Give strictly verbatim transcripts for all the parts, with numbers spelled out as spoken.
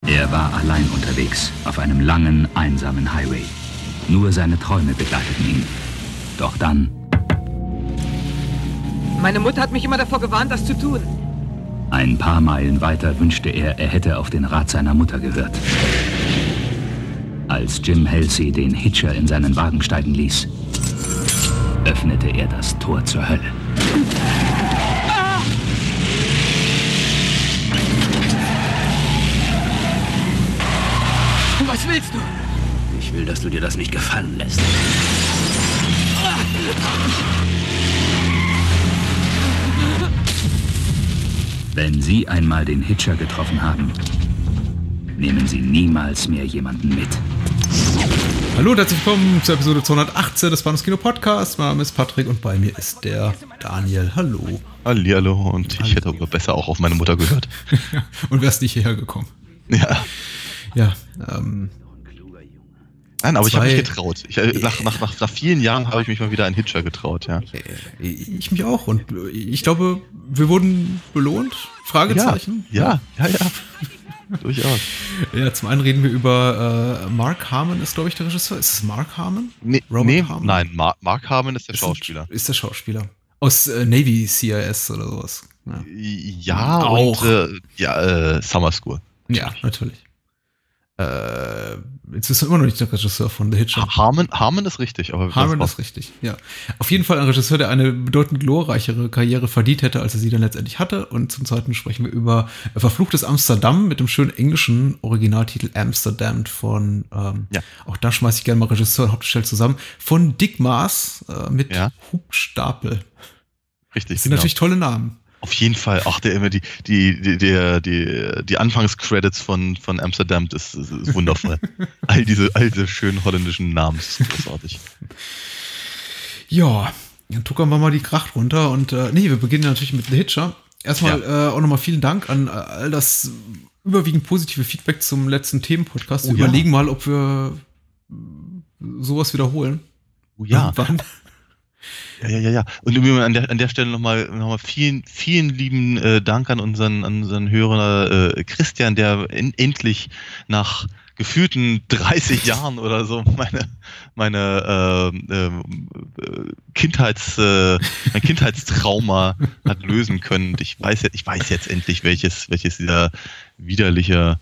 Er war allein unterwegs, auf einem langen, einsamen Highway. Nur seine Träume begleiteten ihn. Doch dann... Meine Mutter hat mich immer davor gewarnt, das zu tun. Ein paar Meilen weiter wünschte er, er hätte auf den Rat seiner Mutter gehört. Als Jim Halsey den Hitcher in seinen Wagen steigen ließ, öffnete er das Tor zur Hölle. Was willst du? Ich will, dass du dir das nicht gefallen lässt. Wenn Sie einmal den Hitcher getroffen haben, nehmen Sie niemals mehr jemanden mit. Hallo und herzlich willkommen zur Episode zweihundertachtzehn des Bahnhofskino Podcasts. Mein Name ist Patrick und bei mir ist der Daniel. Hallo. Hallihallo und Hallo. Ich hätte aber besser auch auf meine Mutter gehört. Und wärst nicht hierher gekommen. Ja. Ja, ähm... Nein, aber Zwei, ich habe mich getraut. Ich, nach, nach, nach, nach vielen Jahren habe ich mich mal wieder einen Hitcher getraut, ja. Ich mich auch und ich glaube, wir wurden belohnt? Fragezeichen? Ja, ja, ja. ja. Durchaus. Ja, zum einen reden wir über äh, Mark Harmon, ist glaube ich der Regisseur. Ist es Mark Harmon? Nee, Robert nee Harmon? nein, Mark, Mark Harmon ist der ist Schauspieler. Ein, ist der Schauspieler. Aus äh, Navy C I S oder sowas. Ja, Ja, auch. Und, äh, ja, äh, Summer School. Ja, natürlich. Äh, jetzt ist er immer noch nicht der Regisseur von The Hitcher. Harmon, Harmon ist richtig. Aber Harmon ist richtig, ja. Auf jeden Fall ein Regisseur, der eine bedeutend glorreichere Karriere verdient hätte, als er sie dann letztendlich hatte. Und zum Zweiten sprechen wir über Verfluchtes Amsterdam mit dem schönen englischen Originaltitel Amsterdam von, ähm, Ja. auch da schmeiße ich gerne mal Regisseur und Hauptdarsteller zusammen, von Dick Maas äh, mit Ja. Hubstapel. Richtig. Das sind genau. natürlich tolle Namen. Auf jeden Fall. Ach, der immer die, die, die, der, die, die Anfangscredits von, von Amsterdam, das ist, ist wundervoll. all diese, all diese schönen holländischen Namen, das ist großartig. Ja, dann tuckern wir mal die Kracht runter und äh, nee, wir beginnen natürlich mit The Hitcher. Erstmal Ja. äh, auch nochmal vielen Dank an äh, all das überwiegend positive Feedback zum letzten Themenpodcast. Wir Oh ja. überlegen mal, ob wir sowas wiederholen. Oh ja. Irgendwann. Ja, ja, ja, ja. Und übrigens an der, an der Stelle nochmal noch mal vielen, vielen lieben äh, Dank an unseren, an unseren Hörer äh, Christian, der in, endlich nach gefühlten dreißig Jahren oder so meine, meine äh, äh, Kindheits, äh, mein Kindheitstrauma hat lösen können. Und ich weiß jetzt, ich weiß jetzt endlich, welches, welches dieser widerliche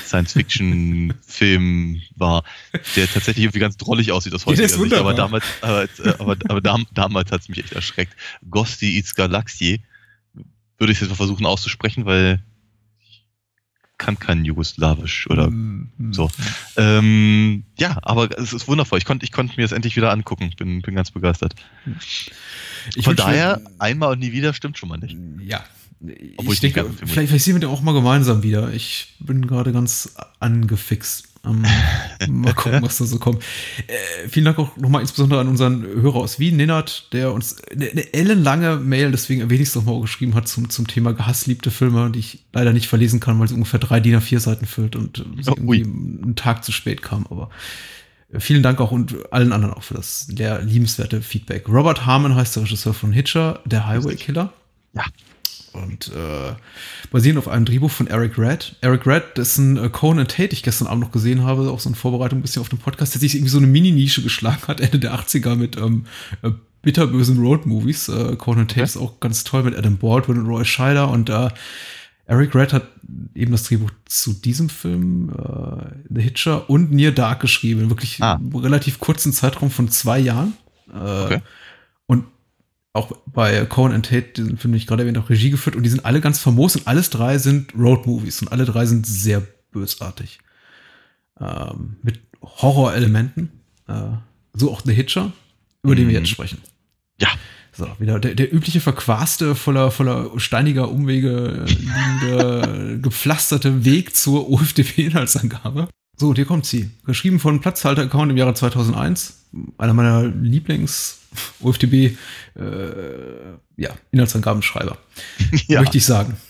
Science-Fiction-Film war, der tatsächlich irgendwie ganz drollig aussieht aus heutiger ist Sicht, wunderbar. aber damals, aber, aber, aber dam, damals hat es mich echt erschreckt. Gosti Iz Galaxie würde ich jetzt mal versuchen auszusprechen, weil ich kann kein Jugoslawisch oder Mm, so. Ähm, ja, aber es ist wundervoll. Ich konnte ich konnte mir das endlich wieder angucken. Bin, bin ganz begeistert. Ich Von wünsche- daher, einmal und nie wieder stimmt schon mal nicht. Ja. Obwohl Ich ich nicht denke, ganz- vielleicht, vielleicht sehen wir den auch mal gemeinsam wieder. Ich bin gerade ganz angefixt. Ähm, mal gucken, was da so kommt. Äh, vielen Dank auch nochmal insbesondere an unseren Hörer aus Wien, Nenad, der uns eine, eine ellenlange Mail, deswegen erwähne ich es nochmal, geschrieben hat zum, zum Thema gehassliebte Filme, die ich leider nicht verlesen kann, weil sie ungefähr drei D I N A vier Seiten füllt und äh, sie Oh, ui. irgendwie einen Tag zu spät kam. Aber äh, vielen Dank auch und allen anderen auch für das sehr liebenswerte Feedback. Robert Harmon heißt der Regisseur von Hitcher, der Highway Killer. Ja. Und äh, basierend auf einem Drehbuch von Eric Red. Eric Red, dessen äh, Conan Tate ich gestern Abend noch gesehen habe, auch so in Vorbereitung ein bisschen auf den Podcast, der sich irgendwie so eine Mini-Nische geschlagen hat, Ende der achtziger mit ähm, äh, bitterbösen Road-Movies. Äh, Conan Tate Ja. ist auch ganz toll mit Adam Baldwin und Roy Scheider. Und äh, Eric Red hat eben das Drehbuch zu diesem Film, äh, The Hitcher und Near Dark geschrieben. Wirklich Ah. im relativ kurzen Zeitraum von zwei Jahren. Äh, Okay. Und auch bei Conan Tate, diesen Film, den ich gerade erwähnt habe, Regie geführt und die sind alle ganz famos und alles drei sind Road-Movies und alle drei sind sehr bösartig. Ähm, mit Horrorelementen. Äh, so auch The Hitcher, über den wir jetzt sprechen. Ja. So, wieder der, der übliche verquaste, voller, voller steiniger Umwege liegende, gepflasterte Weg zur O F D P-Inhaltsangabe. So, und hier kommt sie. Geschrieben von Platzhalter-Account im Jahre zweitausendeins. Einer meiner Lieblings-O F D B äh, ja, Inhaltsangabenschreiber. Ja. Möchte ich sagen.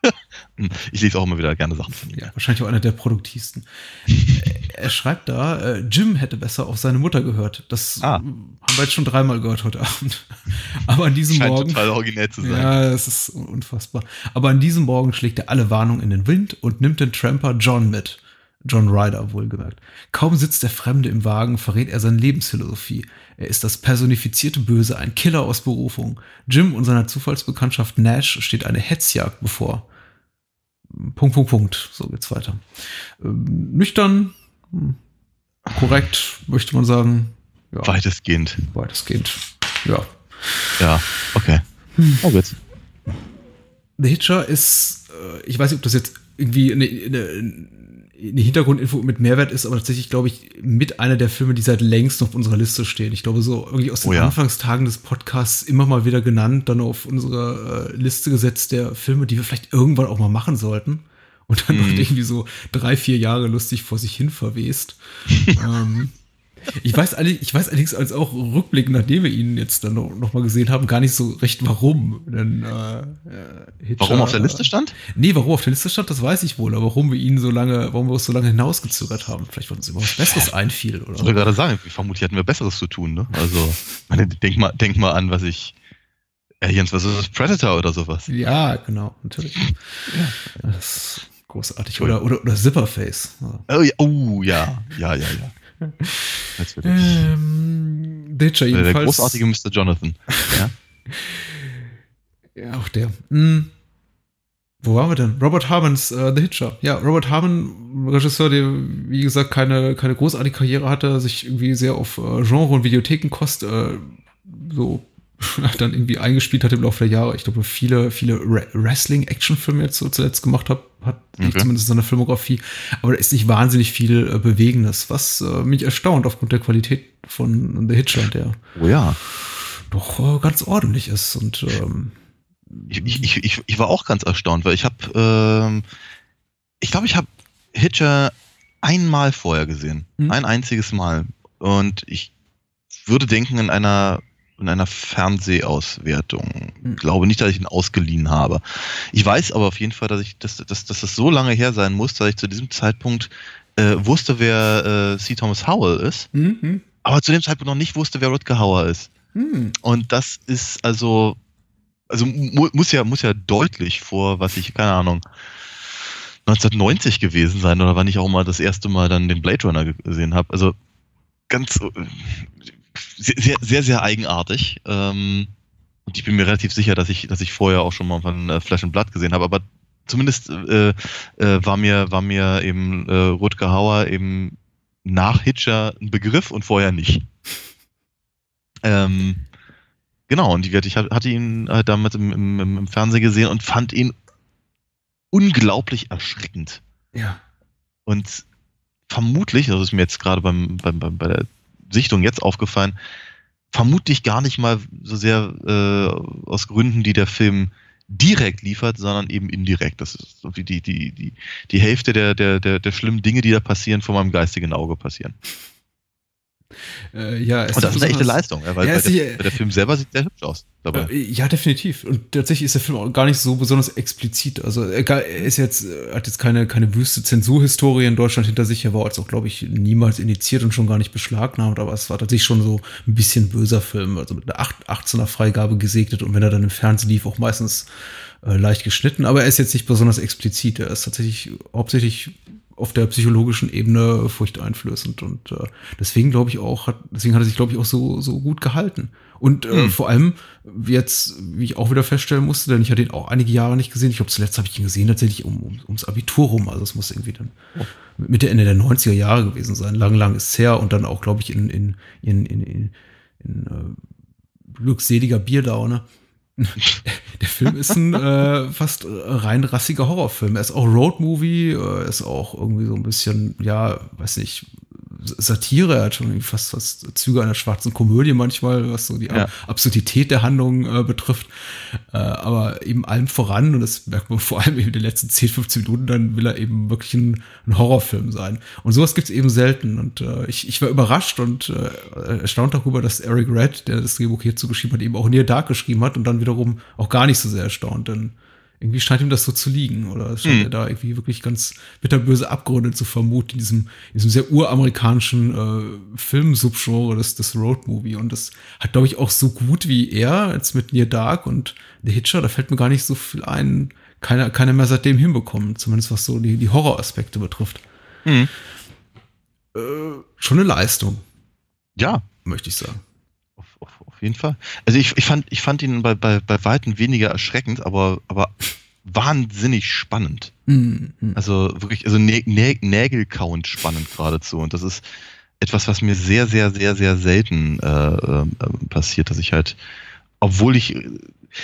Ich lese auch immer wieder gerne Sachen von ihm. Ja, wahrscheinlich auch einer der produktivsten. Er schreibt da, äh, Jim hätte besser auf seine Mutter gehört. Das ah. haben wir jetzt schon dreimal gehört heute Abend. Aber an diesem Scheint Morgen... total originell zu sein. Ja, es ist unfassbar. Aber an diesem Morgen schlägt er alle Warnungen in den Wind und nimmt den Tramper John mit. John Ryder, wohlgemerkt. Kaum sitzt der Fremde im Wagen, verrät er seine Lebensphilosophie. Er ist das personifizierte Böse, ein Killer aus Berufung. Jim und seiner Zufallsbekanntschaft Nash steht eine Hetzjagd bevor. Punkt, Punkt, Punkt. So geht's weiter. Ähm, nüchtern, korrekt, möchte man sagen. Ja. Weitestgehend. Weitestgehend, ja. Ja, okay. Hm. Oh, gut. The Hitcher ist, äh, ich weiß nicht, ob das jetzt irgendwie eine, eine, eine Hintergrundinfo mit Mehrwert ist, aber tatsächlich, glaube ich, mit einer der Filme, die seit längst auf unserer Liste stehen. Ich glaube, so irgendwie aus den oh ja. Anfangstagen des Podcasts immer mal wieder genannt, dann auf unsere äh, Liste gesetzt der Filme, die wir vielleicht irgendwann auch mal machen sollten. Und dann mhm. noch irgendwie so drei, vier Jahre lustig vor sich hin verwest. ähm, Ich weiß, ich weiß allerdings als auch rückblickend, nachdem wir ihn jetzt dann noch, noch mal gesehen haben, gar nicht so recht warum. Denn, äh, Hitcher, warum auf der Liste stand? Nee, warum auf der Liste stand, das weiß ich wohl. Aber warum wir ihn so lange, warum wir uns so lange hinausgezögert haben. Vielleicht, weil uns immer was Besseres einfiel. Oder? Ich wollte gerade sagen, vermutlich hatten wir Besseres zu tun. Ne? Also, meine, denk, mal, denk mal an, was ich... Aliens versus. Predator oder sowas. Ja, genau, natürlich. Ja. Das ist großartig. Oder, oder, oder Zipperface. Oh ja, oh, ja, ja, ja, ja. Ähm, Hitcher jedenfalls. Der großartige Mister Jonathan. Ja, ja auch der. Hm. Wo waren wir denn? Robert Harmons uh, The Hitcher. Ja, Robert Harmon, Regisseur, der, wie gesagt, keine, keine großartige Karriere hatte, sich irgendwie sehr auf uh, Genre- und Videothekenkost uh, so dann irgendwie eingespielt hat im Laufe der Jahre. Ich glaube, viele, viele Wrestling-Action-Filme jetzt so zuletzt gemacht hat, hat okay. zumindest in seiner Filmografie. Aber da ist nicht wahnsinnig viel äh, Bewegendes, was äh, mich erstaunt aufgrund der Qualität von The Hitcher, der oh ja. doch äh, ganz ordentlich ist. Und ähm, ich, ich, ich, ich war auch ganz erstaunt, weil ich habe, ähm, ich glaube, ich habe Hitcher einmal vorher gesehen. Mhm. Ein einziges Mal. Und ich würde denken, in einer in einer Fernsehauswertung. Ich glaube nicht, dass ich ihn ausgeliehen habe. Ich weiß aber auf jeden Fall, dass ich, dass, dass, dass das so lange her sein muss, dass ich zu diesem Zeitpunkt äh, wusste, wer äh, C. Thomas Howell ist, mhm. aber zu dem Zeitpunkt noch nicht wusste, wer Rutger Hauer ist. Mhm. Und das ist also, also mu- muss ja, muss ja deutlich vor, was ich, keine Ahnung, neunzehnhundertneunzig gewesen sein oder wann ich auch mal das erste Mal dann den Blade Runner gesehen habe. Also ganz Sehr, sehr, sehr, sehr eigenartig. Ähm, und ich bin mir relativ sicher, dass ich, dass ich vorher auch schon mal von äh, Flesh and Blood gesehen habe. Aber zumindest äh, äh, war mir, war mir eben äh, Rutger Hauer eben nach Hitcher ein Begriff und vorher nicht. Ähm, genau, und ich hatte ihn halt damals im, im, im Fernsehen gesehen und fand ihn unglaublich erschreckend. Ja. Und vermutlich, das ist mir jetzt gerade beim, beim, beim, bei der Sichtung jetzt aufgefallen, vermutlich gar nicht mal so sehr äh, aus Gründen, die der Film direkt liefert, sondern eben indirekt. Das ist so wie die, die, die, die Hälfte der, der, der, der schlimmen Dinge, die da passieren, vor meinem geistigen Auge passieren. Äh, ja, es und das ist eine echte Leistung, weil, ja, weil der, der Film selber sieht sehr hübsch aus dabei. Äh, ja, definitiv. Und tatsächlich ist der Film auch gar nicht so besonders explizit. Also er ist jetzt, hat jetzt keine, keine wüste Zensurhistorie in Deutschland hinter sich. Er war jetzt auch, glaube ich, niemals indiziert und schon gar nicht beschlagnahmt, aber es war tatsächlich schon so ein bisschen böser Film. Also mit einer achtzehner Freigabe gesegnet und wenn er dann im Fernsehen lief, auch meistens äh, leicht geschnitten. Aber er ist jetzt nicht besonders explizit. Er ist tatsächlich hauptsächlich auf der psychologischen Ebene furchteinflößend und äh, deswegen glaube ich auch, hat, deswegen hat er sich glaube ich auch so so gut gehalten und äh, hm. vor allem jetzt, wie ich auch wieder feststellen musste, denn ich hatte ihn auch einige Jahre nicht gesehen. Ich glaube zuletzt habe ich ihn gesehen tatsächlich um, um ums Abitur rum, also es muss irgendwie dann oh. Mitte Ende der neunziger Jahre gewesen sein. Lang lang ist es her und dann auch glaube ich in in in in, in, in äh, glückseliger Bierdaune. Der Film ist ein äh, fast rein rassiger Horrorfilm. Er ist auch Roadmovie, er ist auch irgendwie so ein bisschen, ja, weiß nicht, Satire. Er hat schon fast, fast Züge einer schwarzen Komödie manchmal, was so die ja. Absurdität der Handlung äh, betrifft. Äh, aber eben allem voran, und das merkt man vor allem eben in den letzten zehn, fünfzehn Minuten, dann will er eben wirklich ein, ein Horrorfilm sein. Und sowas gibt's eben selten. Und äh, ich, ich war überrascht und äh, erstaunt darüber, dass Eric Red, der das Drehbuch hierzu geschrieben hat, eben auch Near Dark geschrieben hat und dann wiederum auch gar nicht so sehr erstaunt. Denn irgendwie scheint ihm das so zu liegen. Oder scheint Hm. er da irgendwie wirklich ganz bitterböse Abgründe zu vermuten in diesem, in diesem sehr uramerikanischen äh, Film-Subgenre des, des Road-Movie. Und das hat, glaube ich, auch so gut wie er, jetzt mit Near Dark und The Hitcher, da fällt mir gar nicht so viel ein, keiner, keiner mehr seitdem hinbekommen. Zumindest was so die, die Horroraspekte betrifft. Hm. Äh, schon eine Leistung, Ja, möchte ich sagen. auf, auf, auf jeden Fall. Also ich, ich, fand, ich fand ihn bei, bei, bei Weitem weniger erschreckend, aber, aber wahnsinnig spannend. Mhm. Also wirklich, also nä nä nägelkauend spannend geradezu. Und das ist etwas, was mir sehr, sehr, sehr, sehr selten äh, äh, passiert, dass ich halt, obwohl ich äh,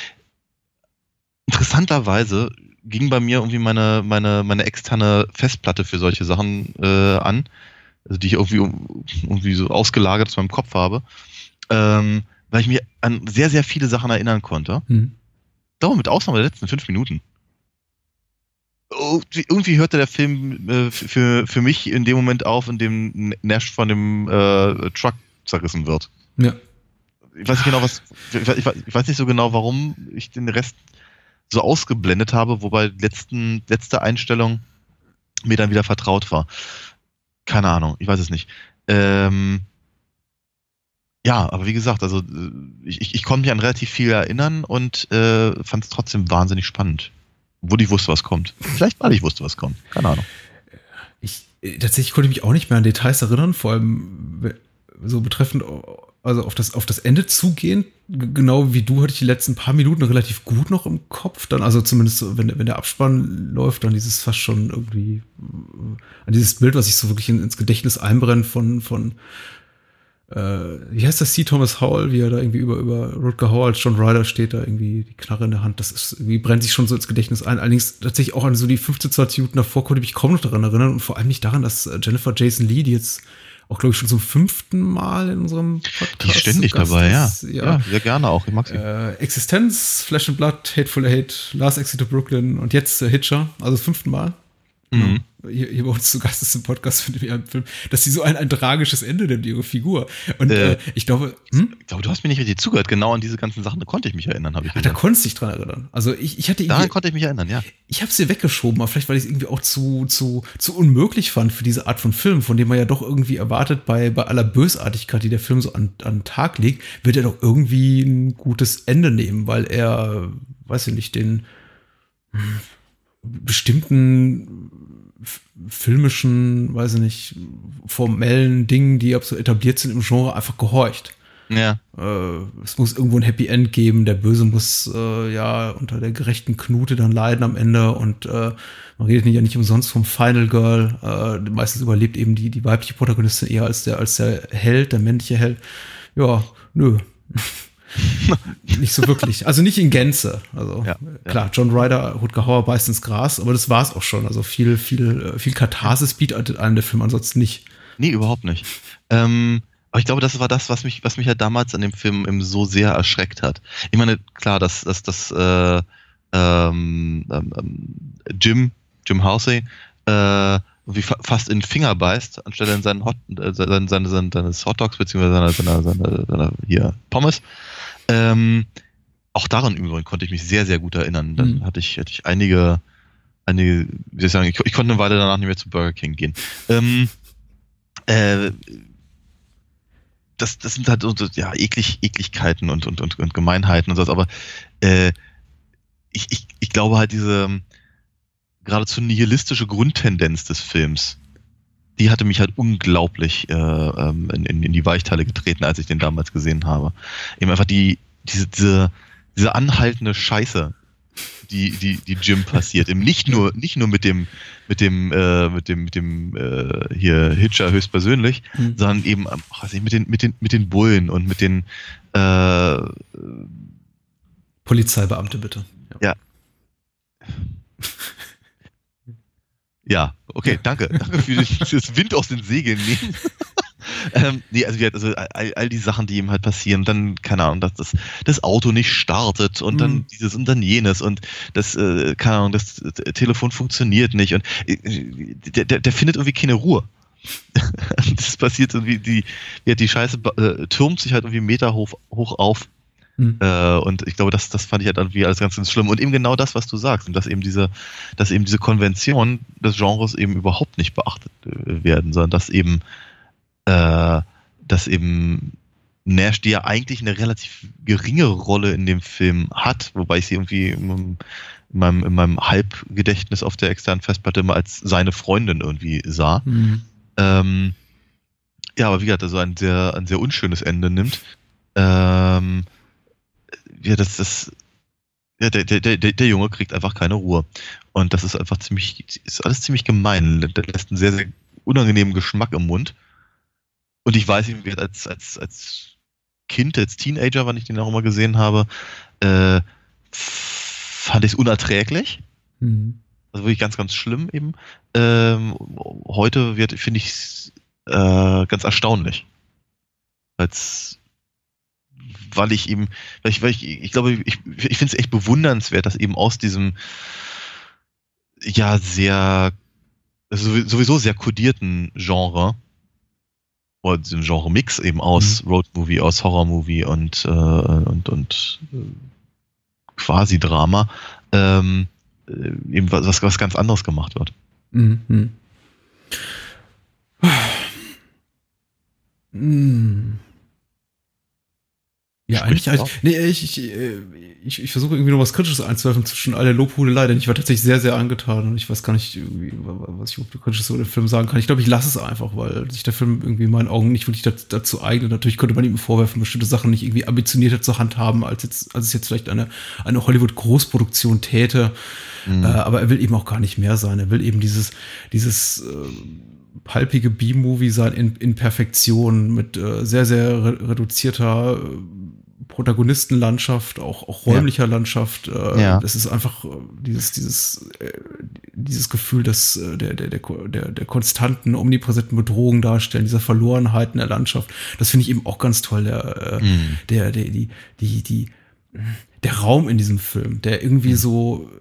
interessanterweise ging bei mir irgendwie meine, meine, meine externe Festplatte für solche Sachen äh, an, also die ich irgendwie, irgendwie so ausgelagert aus meinem Kopf habe, ähm, weil ich mir an sehr, sehr viele Sachen erinnern konnte. Mhm. Dauer mit Ausnahme der letzten fünf Minuten. Irgendwie, irgendwie hörte der Film äh, für, für mich in dem Moment auf, in dem Nash von dem äh, Truck zerrissen wird. Ja. Ich weiß nicht genau, was. Ich weiß, ich weiß nicht so genau, warum ich den Rest so ausgeblendet habe, wobei die letzten, letzte Einstellung mir dann wieder vertraut war. Keine Ahnung, ich weiß es nicht. Ähm, ja, aber wie gesagt, also ich, ich, ich konnte mich an relativ viel erinnern und äh, fand es trotzdem wahnsinnig spannend. Obwohl ich wusste, was kommt. Vielleicht, weil ich wusste, was kommt. Keine Ahnung. Ich, tatsächlich konnte ich mich auch nicht mehr an Details erinnern, vor allem so betreffend, also auf das, auf das Ende zugehend, genau wie du, hatte ich die letzten paar Minuten relativ gut noch im Kopf. Dann, also zumindest, wenn, wenn der Abspann läuft, dann dieses fast schon irgendwie, an dieses Bild, was sich so wirklich ins Gedächtnis einbrennt von, von äh, wie heißt das, C. Thomas Howell, wie er da irgendwie über, über Rutger Hauer als John Ryder steht, da irgendwie die Knarre in der Hand. Das ist irgendwie, brennt sich schon so ins Gedächtnis ein. Allerdings tatsächlich auch an so die fünfzehn, zwanzig Minuten davor konnte ich mich kaum noch daran erinnern und vor allem nicht daran, dass Jennifer Jason Leigh, die jetzt auch, glaube ich, schon zum fünften Mal in unserem Podcast. Die ist ständig dabei, ja. ja. Ja, sehr gerne auch. Ich mag sie. Äh, Existenz, Flesh and Blood, Hateful Eight, Last Exit to Brooklyn und jetzt äh, Hitcher, also fünften Mal. Mhm. Hier, hier bei uns zu Gast ist im Podcast von dem Film, dass sie so ein, ein tragisches Ende nimmt, ihre Figur. Und äh, äh, ich glaube, hm? ich glaube, du hast mir nicht richtig zugehört. Genau an diese ganzen Sachen, da konnte ich mich erinnern, habe ich Ach, da konntest du dich dran erinnern. Also ich, ich hatte Daran konnte ich mich erinnern, ja. Ich habe sie weggeschoben, aber vielleicht, weil ich es irgendwie auch zu, zu, zu unmöglich fand für diese Art von Film, von dem man ja doch irgendwie erwartet, bei, bei aller Bösartigkeit, die der Film so an, an den Tag legt, wird er doch irgendwie ein gutes Ende nehmen, weil er, weiß ich nicht, den hm, bestimmten filmischen, weiß ich nicht, formellen Dingen, die so etabliert sind im Genre, einfach gehorcht. Ja. Äh, es muss irgendwo ein Happy End geben, der Böse muss äh, ja unter der gerechten Knute dann leiden am Ende und äh, man redet ja nicht umsonst vom Final Girl. Äh, meistens überlebt eben die, die weibliche Protagonistin eher als der, als der Held, der männliche Held. Ja, nö. Nicht so wirklich. Also nicht in Gänze. Also ja, klar, ja. John Ryder, Rutger Hauer beißt ins Gras, aber das war es auch schon. Also viel, viel, viel Katharsis bietet einem der Film ansonsten nicht. Nee, überhaupt nicht. Ähm, aber ich glaube, das war das, was mich, was mich ja damals an dem Film eben so sehr erschreckt hat. Ich meine, klar, dass das, das, äh, ähm, ähm, Jim, Jim Halsey, äh, wie fa fast in den Finger beißt, anstelle in seinen Hot, äh, seine, seine, seine, seines Hotdogs, beziehungsweise seine, seine, seine, seine hier, Pommes. Ähm, auch daran übrigens konnte ich mich sehr, sehr gut erinnern. Dann mhm. hatte ich, hatte ich einige, einige, wie soll ich sagen, ich, ich konnte eine Weile danach nicht mehr zu Burger King gehen. Ähm, äh, das, das sind halt so, ja, eklig, Ekligkeiten und, und, und, und Gemeinheiten und sowas, aber äh, ich, ich, ich glaube halt diese geradezu nihilistische Grundtendenz des Films, die hatte mich halt unglaublich äh, in, in, in die Weichteile getreten, als ich den damals gesehen habe. Eben einfach die, diese, diese, diese anhaltende Scheiße, die, die, die Jim passiert. Eben nicht nur, nicht nur mit dem, mit dem, äh, mit dem, mit dem äh, hier Hitcher höchstpersönlich, mhm. sondern eben ach, weiß nicht, mit den, mit den, mit den Bullen und mit den äh, Polizeibeamte, bitte. Ja. Ja, okay, ja. danke. Danke für das Wind aus den Segeln nehmen. ähm, nee, also, also all, all die Sachen, die ihm halt passieren, dann, keine Ahnung, dass das, das Auto nicht startet und mhm. dann dieses und dann jenes und das, äh, keine Ahnung, das Telefon funktioniert nicht und äh, der, der, der findet irgendwie keine Ruhe. Das passiert irgendwie, die, ja, die Scheiße äh, türmt sich halt irgendwie Meter hoch, hoch auf Mhm. Äh, und ich glaube, das, das fand ich halt irgendwie alles ganz, ganz schlimm. Und eben genau das, was du sagst, und dass eben diese, dass eben diese Konvention des Genres eben überhaupt nicht beachtet äh, werden, sondern dass eben, äh, dass eben Nash, die ja eigentlich eine relativ geringe Rolle in dem Film hat, wobei ich sie irgendwie in meinem, in meinem Halbgedächtnis auf der externen Festplatte immer als seine Freundin irgendwie sah. Mhm. Ähm, ja, aber wie gesagt, also ein sehr, ein sehr unschönes Ende nimmt. Ähm, ja, das, das, ja, der, der, der, der Junge kriegt einfach keine Ruhe. Und das ist einfach ziemlich, ist alles ziemlich gemein. Der lässt einen sehr, sehr unangenehmen Geschmack im Mund. Und ich weiß, wie als, als, als Kind, als Teenager, wann ich den auch immer gesehen habe, äh, fand ich es unerträglich. Mhm. Also wirklich ganz, ganz schlimm eben. Ähm, heute wird, finde ich es äh, ganz erstaunlich. Als, weil ich eben, weil ich, weil ich, ich glaube, ich, ich finde es echt bewundernswert, dass eben aus diesem ja sehr, also sowieso sehr kodierten Genre, oder diesem Genre-Mix eben aus mhm. Road-Movie, aus Horror-Movie und, äh, und, und äh, quasi Drama, ähm, eben was, was ganz anderes gemacht wird. Mhm. Mhm. Ja, eigentlich, eigentlich nee, ich, ich, ich, ich versuche irgendwie noch was Kritisches einzuwerfen zwischen all der Lobhudelei, denn ich war tatsächlich sehr, sehr angetan und ich weiß gar nicht, was ich über Kritisches über den Film sagen kann. Ich glaube, ich lasse es einfach, weil sich der Film irgendwie in meinen Augen nicht wirklich dazu, dazu eignet. Natürlich könnte man ihm vorwerfen, bestimmte Sachen nicht irgendwie ambitionierter zur Hand haben, als jetzt, als es jetzt vielleicht eine, eine Hollywood-Großproduktion täte. Mhm. Äh, aber er will eben auch gar nicht mehr sein. Er will eben dieses, dieses, äh, palpige B-Movie sein in, in Perfektion mit äh, sehr, sehr re- reduzierter äh, Protagonistenlandschaft, auch, auch räumlicher ja. Landschaft. Äh, ja. Das ist einfach äh, dieses, dieses, äh, dieses Gefühl, dass äh, der, der, der, der, der konstanten, omnipräsenten Bedrohung darstellen, dieser Verlorenheit in der Landschaft. Das finde ich eben auch ganz toll. Der, äh, mhm. der, der, die, die, die, der Raum in diesem Film, der irgendwie mhm. so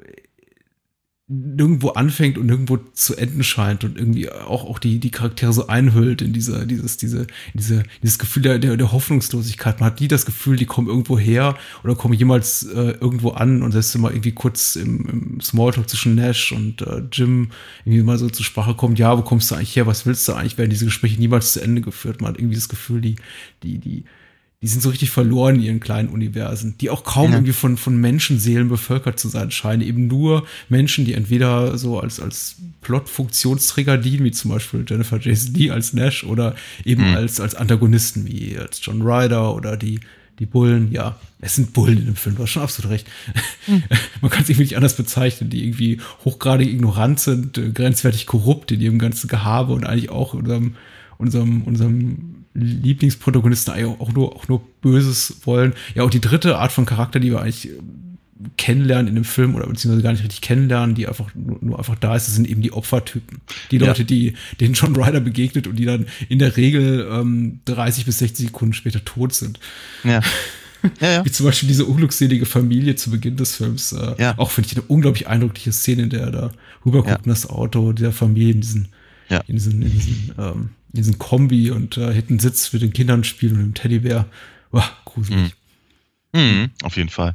nirgendwo anfängt und nirgendwo zu enden scheint und irgendwie auch, auch die, die Charaktere so einhüllt in diese, dieses, diese, diese, dieses Gefühl der, der, der Hoffnungslosigkeit. Man hat nie das Gefühl, die kommen irgendwo her oder kommen jemals äh, irgendwo an und selbst wenn mal irgendwie kurz im, im Smalltalk zwischen Nash und äh, Jim irgendwie mal so zur Sprache kommt, ja, wo kommst du eigentlich her, was willst du eigentlich, werden diese Gespräche niemals zu Ende geführt. Man hat irgendwie das Gefühl, die, die, die, die sind so richtig verloren in ihren kleinen Universen, die auch kaum ja. irgendwie von, von Menschenseelen bevölkert zu sein scheinen. Eben nur Menschen, die entweder so als, als Plot-Funktionsträger dienen, wie zum Beispiel Jennifer Jason Leigh als Nash oder eben mhm. als, als Antagonisten, wie als John Ryder oder die, die Bullen. Ja, es sind Bullen in dem Film, du hast schon absolut recht. Mhm. Man kann es irgendwie nicht anders bezeichnen, die irgendwie hochgradig ignorant sind, grenzwertig korrupt in ihrem ganzen Gehabe und eigentlich auch unserem, unserem, unserem Lieblingsprotagonisten auch nur, auch nur Böses wollen. Ja, und die dritte Art von Charakter, die wir eigentlich kennenlernen in dem Film oder beziehungsweise gar nicht richtig kennenlernen, die einfach nur, nur einfach da ist, das sind eben die Opfertypen. Die Leute, ja. die denen John Ryder begegnet und die dann in der Regel ähm, dreißig bis sechzig Sekunden später tot sind. Ja. Ja, ja. Wie zum Beispiel diese unglückselige Familie zu Beginn des Films. Äh, ja. Auch finde ich eine unglaublich eindrückliche Szene, in der er da rüberguckt ja. in das Auto dieser Familie in diesen, ja. in diesen, in diesen ähm, in diesem Kombi und äh, hinten Sitz für den Kindern spielen und dem Teddybär. Boah, gruselig. Mhm. Mhm, auf jeden Fall.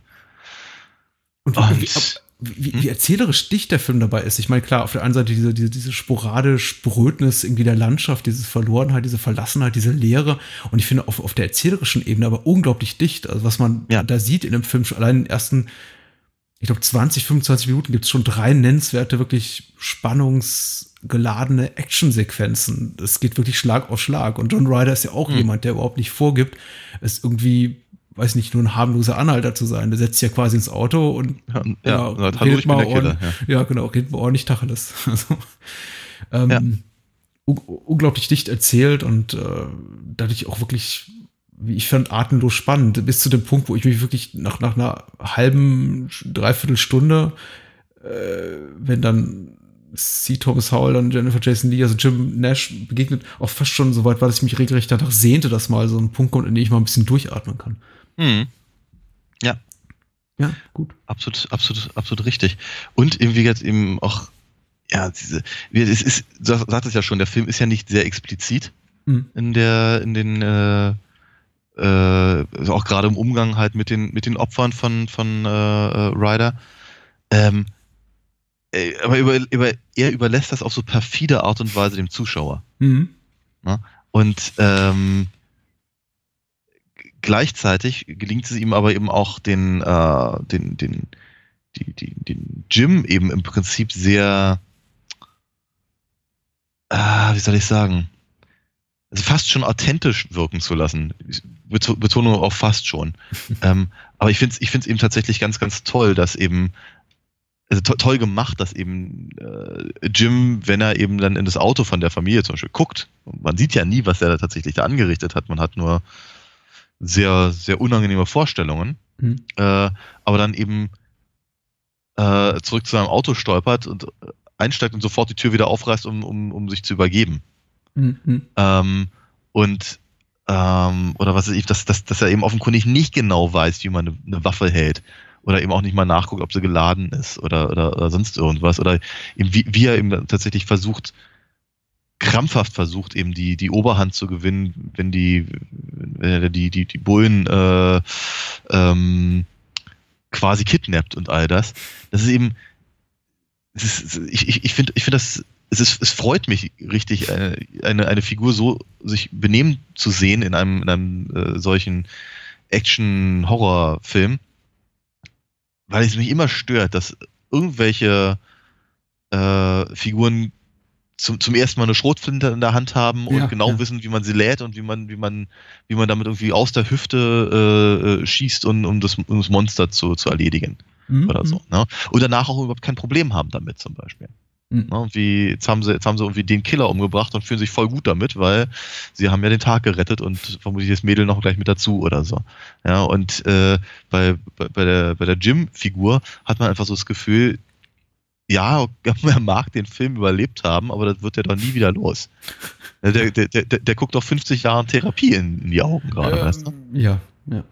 Und, und wie, wie, wie erzählerisch dicht der Film dabei ist. Ich meine, klar, auf der einen Seite diese, diese, diese sporadisch Brötnis irgendwie der Landschaft, diese Verlorenheit, diese Verlassenheit, diese Leere. Und ich finde auf, auf der erzählerischen Ebene aber unglaublich dicht. Also was man ja. da sieht in dem Film, schon allein in den ersten, ich glaube, zwanzig, fünfundzwanzig Minuten gibt es schon drei nennenswerte, wirklich spannungsgeladene Actionsequenzen. Es geht wirklich Schlag auf Schlag. Und John Ryder ist ja auch mhm. jemand, der überhaupt nicht vorgibt, es irgendwie, weiß nicht, nur ein harmloser Anhalter zu sein. Der setzt sich ja quasi ins Auto und ja, ja, ja, ja redet mal ordentlich, ja. ja, genau, redet mal ordentlich Tacheles. Also, ähm, ja. un- unglaublich dicht erzählt und äh, dadurch auch wirklich, wie ich fand, atemlos spannend. Bis zu dem Punkt, wo ich mich wirklich nach, nach einer halben, dreiviertel Stunde, äh, wenn dann C. Thomas Howell und Jennifer Jason Leigh, also Jim Nash begegnet, auch fast schon so weit war, dass ich mich regelrecht danach sehnte, dass mal so ein Punkt kommt, in dem ich mal ein bisschen durchatmen kann. Mhm. Ja. Ja, gut. Absolut, absolut, absolut richtig. Und irgendwie jetzt eben auch, ja, diese, es ist, du sagst es ja schon, der Film ist ja nicht sehr explizit mhm. in der, in den, äh, äh, also auch gerade im Umgang halt mit den, mit den Opfern von, von äh, Ryder. Ähm, äh, aber über, über, er überlässt das auf so perfide Art und Weise dem Zuschauer. Mhm. Ja? Und ähm, gleichzeitig gelingt es ihm aber eben auch den, äh, den, den, die, die, den Jim eben im Prinzip sehr, äh, wie soll ich sagen, also fast schon authentisch wirken zu lassen. Betonung auch fast schon. ähm, aber ich finde es ich find's eben tatsächlich ganz, ganz toll, dass eben, also to- toll gemacht, dass eben äh, Jim, wenn er eben dann in das Auto von der Familie zum Beispiel guckt, man sieht ja nie, was er da tatsächlich da angerichtet hat, man hat nur sehr, sehr unangenehme Vorstellungen, mhm. äh, aber dann eben äh, zurück zu seinem Auto stolpert und einsteigt und sofort die Tür wieder aufreißt, um, um, um sich zu übergeben. Mhm. Ähm, und ähm, oder was weiß ich, dass, dass, dass er eben offenkundig nicht genau weiß, wie man eine, eine Waffe hält. Oder eben auch nicht mal nachguckt, ob sie geladen ist oder, oder, oder sonst irgendwas. Oder eben wie, wie er eben tatsächlich versucht, krampfhaft versucht, eben die, die Oberhand zu gewinnen, wenn die, wenn er die, die, die Bullen äh, ähm, quasi kidnappt und all das. Das ist eben, es ist, ich, ich, ich finde, ich finde das, es ist, es freut mich richtig, eine, eine, eine Figur so sich benehmen zu sehen in einem, in einem äh, solchen Action-Horror-Film, weil es mich immer stört, dass irgendwelche äh, Figuren zum, zum ersten Mal eine Schrotflinte in der Hand haben und ja, genau ja. wissen, wie man sie lädt und wie man, wie man, wie man damit irgendwie aus der Hüfte äh, schießt, und, um, das, um das Monster zu, zu erledigen. Mhm. Oder so. Ne? Und danach auch überhaupt kein Problem haben damit, zum Beispiel. Mhm. Ne? Und wie, jetzt haben sie, jetzt haben sie irgendwie den Killer umgebracht und fühlen sich voll gut damit, weil sie haben ja den Tag gerettet und vermutlich das Mädel noch gleich mit dazu oder so. Ja, und äh, bei, bei, bei der, bei der Jim-Figur hat man einfach so das Gefühl, ja, er mag den Film überlebt haben, aber das wird ja doch nie wieder los. Der, der, der, der guckt doch fünfzig Jahre Therapie in, in die Augen gerade, ähm, weißt du? Ja, ja.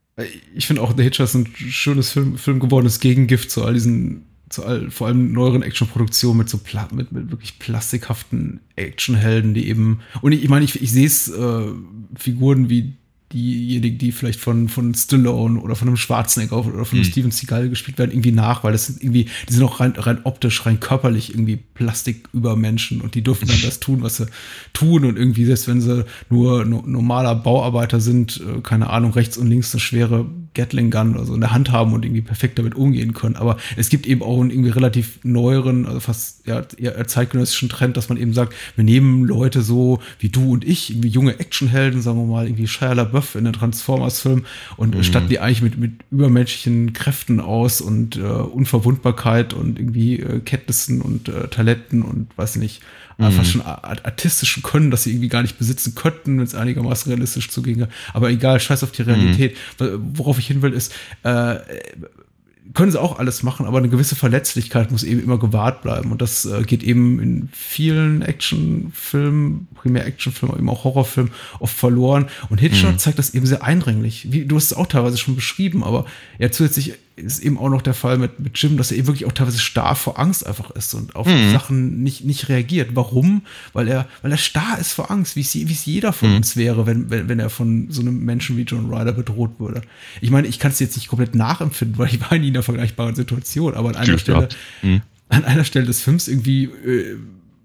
Ich finde auch, The Hitcher ist ein schönes Film, Film gewordenes Gegengift zu all diesen, zu all, vor allem neueren Actionproduktionen mit so Pla- mit, mit wirklich plastikhaften Actionhelden, die eben, und ich, ich meine, ich, ich sehe es, äh, Figuren wie diejenigen, die vielleicht von, von Stallone oder von einem Schwarzenegger oder von einem mhm. Steven Seagal gespielt werden, irgendwie nach, weil das sind irgendwie, die sind auch rein, rein optisch, rein körperlich irgendwie Plastikübermenschen und die dürfen dann das tun, was sie tun, und irgendwie, selbst wenn sie nur no, normaler Bauarbeiter sind, äh, keine Ahnung, rechts und links eine schwere Gatling-Gun oder so in der Hand haben und irgendwie perfekt damit umgehen können. Aber es gibt eben auch einen irgendwie relativ neueren, also fast ja, eher zeitgenössischen Trend, dass man eben sagt, wir nehmen Leute so wie du und ich, irgendwie junge Actionhelden, sagen wir mal, irgendwie Shia LaBeouf in den Transformers-Film, und mhm. statten die eigentlich mit, mit übermenschlichen Kräften aus und äh, Unverwundbarkeit und irgendwie äh, Kenntnissen und äh, Talenten und weiß nicht, mhm. fast schon artistischen Können, dass sie irgendwie gar nicht besitzen könnten, wenn es einigermaßen realistisch zuginge. Aber egal, scheiß auf die Realität. Mhm. Worauf ich hin will, ist, äh, können sie auch alles machen, aber eine gewisse Verletzlichkeit muss eben immer gewahrt bleiben. Und das äh, geht eben in vielen Actionfilmen, primär Actionfilmen, eben auch Horrorfilmen, oft verloren. Und Hitcher mhm. zeigt das eben sehr eindringlich. Wie, du hast es auch teilweise schon beschrieben, aber ja, zusätzlich ist eben auch noch der Fall mit, mit Jim, dass er eben wirklich auch teilweise starr vor Angst einfach ist und auf mhm. Sachen nicht, nicht reagiert. Warum? Weil er, weil er starr ist vor Angst, wie es, wie es jeder von mhm. uns wäre, wenn, wenn, wenn er von so einem Menschen wie John Ryder bedroht würde. Ich meine, ich kann es jetzt nicht komplett nachempfinden, weil ich war nie in einer vergleichbaren Situation, aber an einer Stelle, mhm. an einer Stelle des Films irgendwie äh,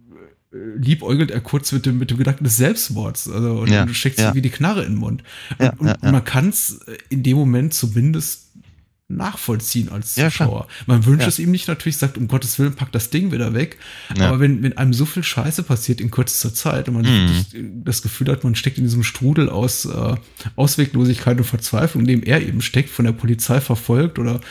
liebäugelt er kurz mit dem, mit dem Gedanken des Selbstmords, also, und ja, steckt sich ja. wie die Knarre in den Mund. Und, ja, und, ja, und man kann es in dem Moment zumindest nachvollziehen als Zuschauer. Ja, man wünscht ja. es ihm nicht, natürlich, sagt, um Gottes Willen, packt das Ding wieder weg. Ja. Aber wenn, wenn einem so viel Scheiße passiert in kürzester Zeit und man mhm. wirklich das Gefühl hat, man steckt in diesem Strudel aus äh, Ausweglosigkeit und Verzweiflung, in dem er eben steckt, von der Polizei verfolgt oder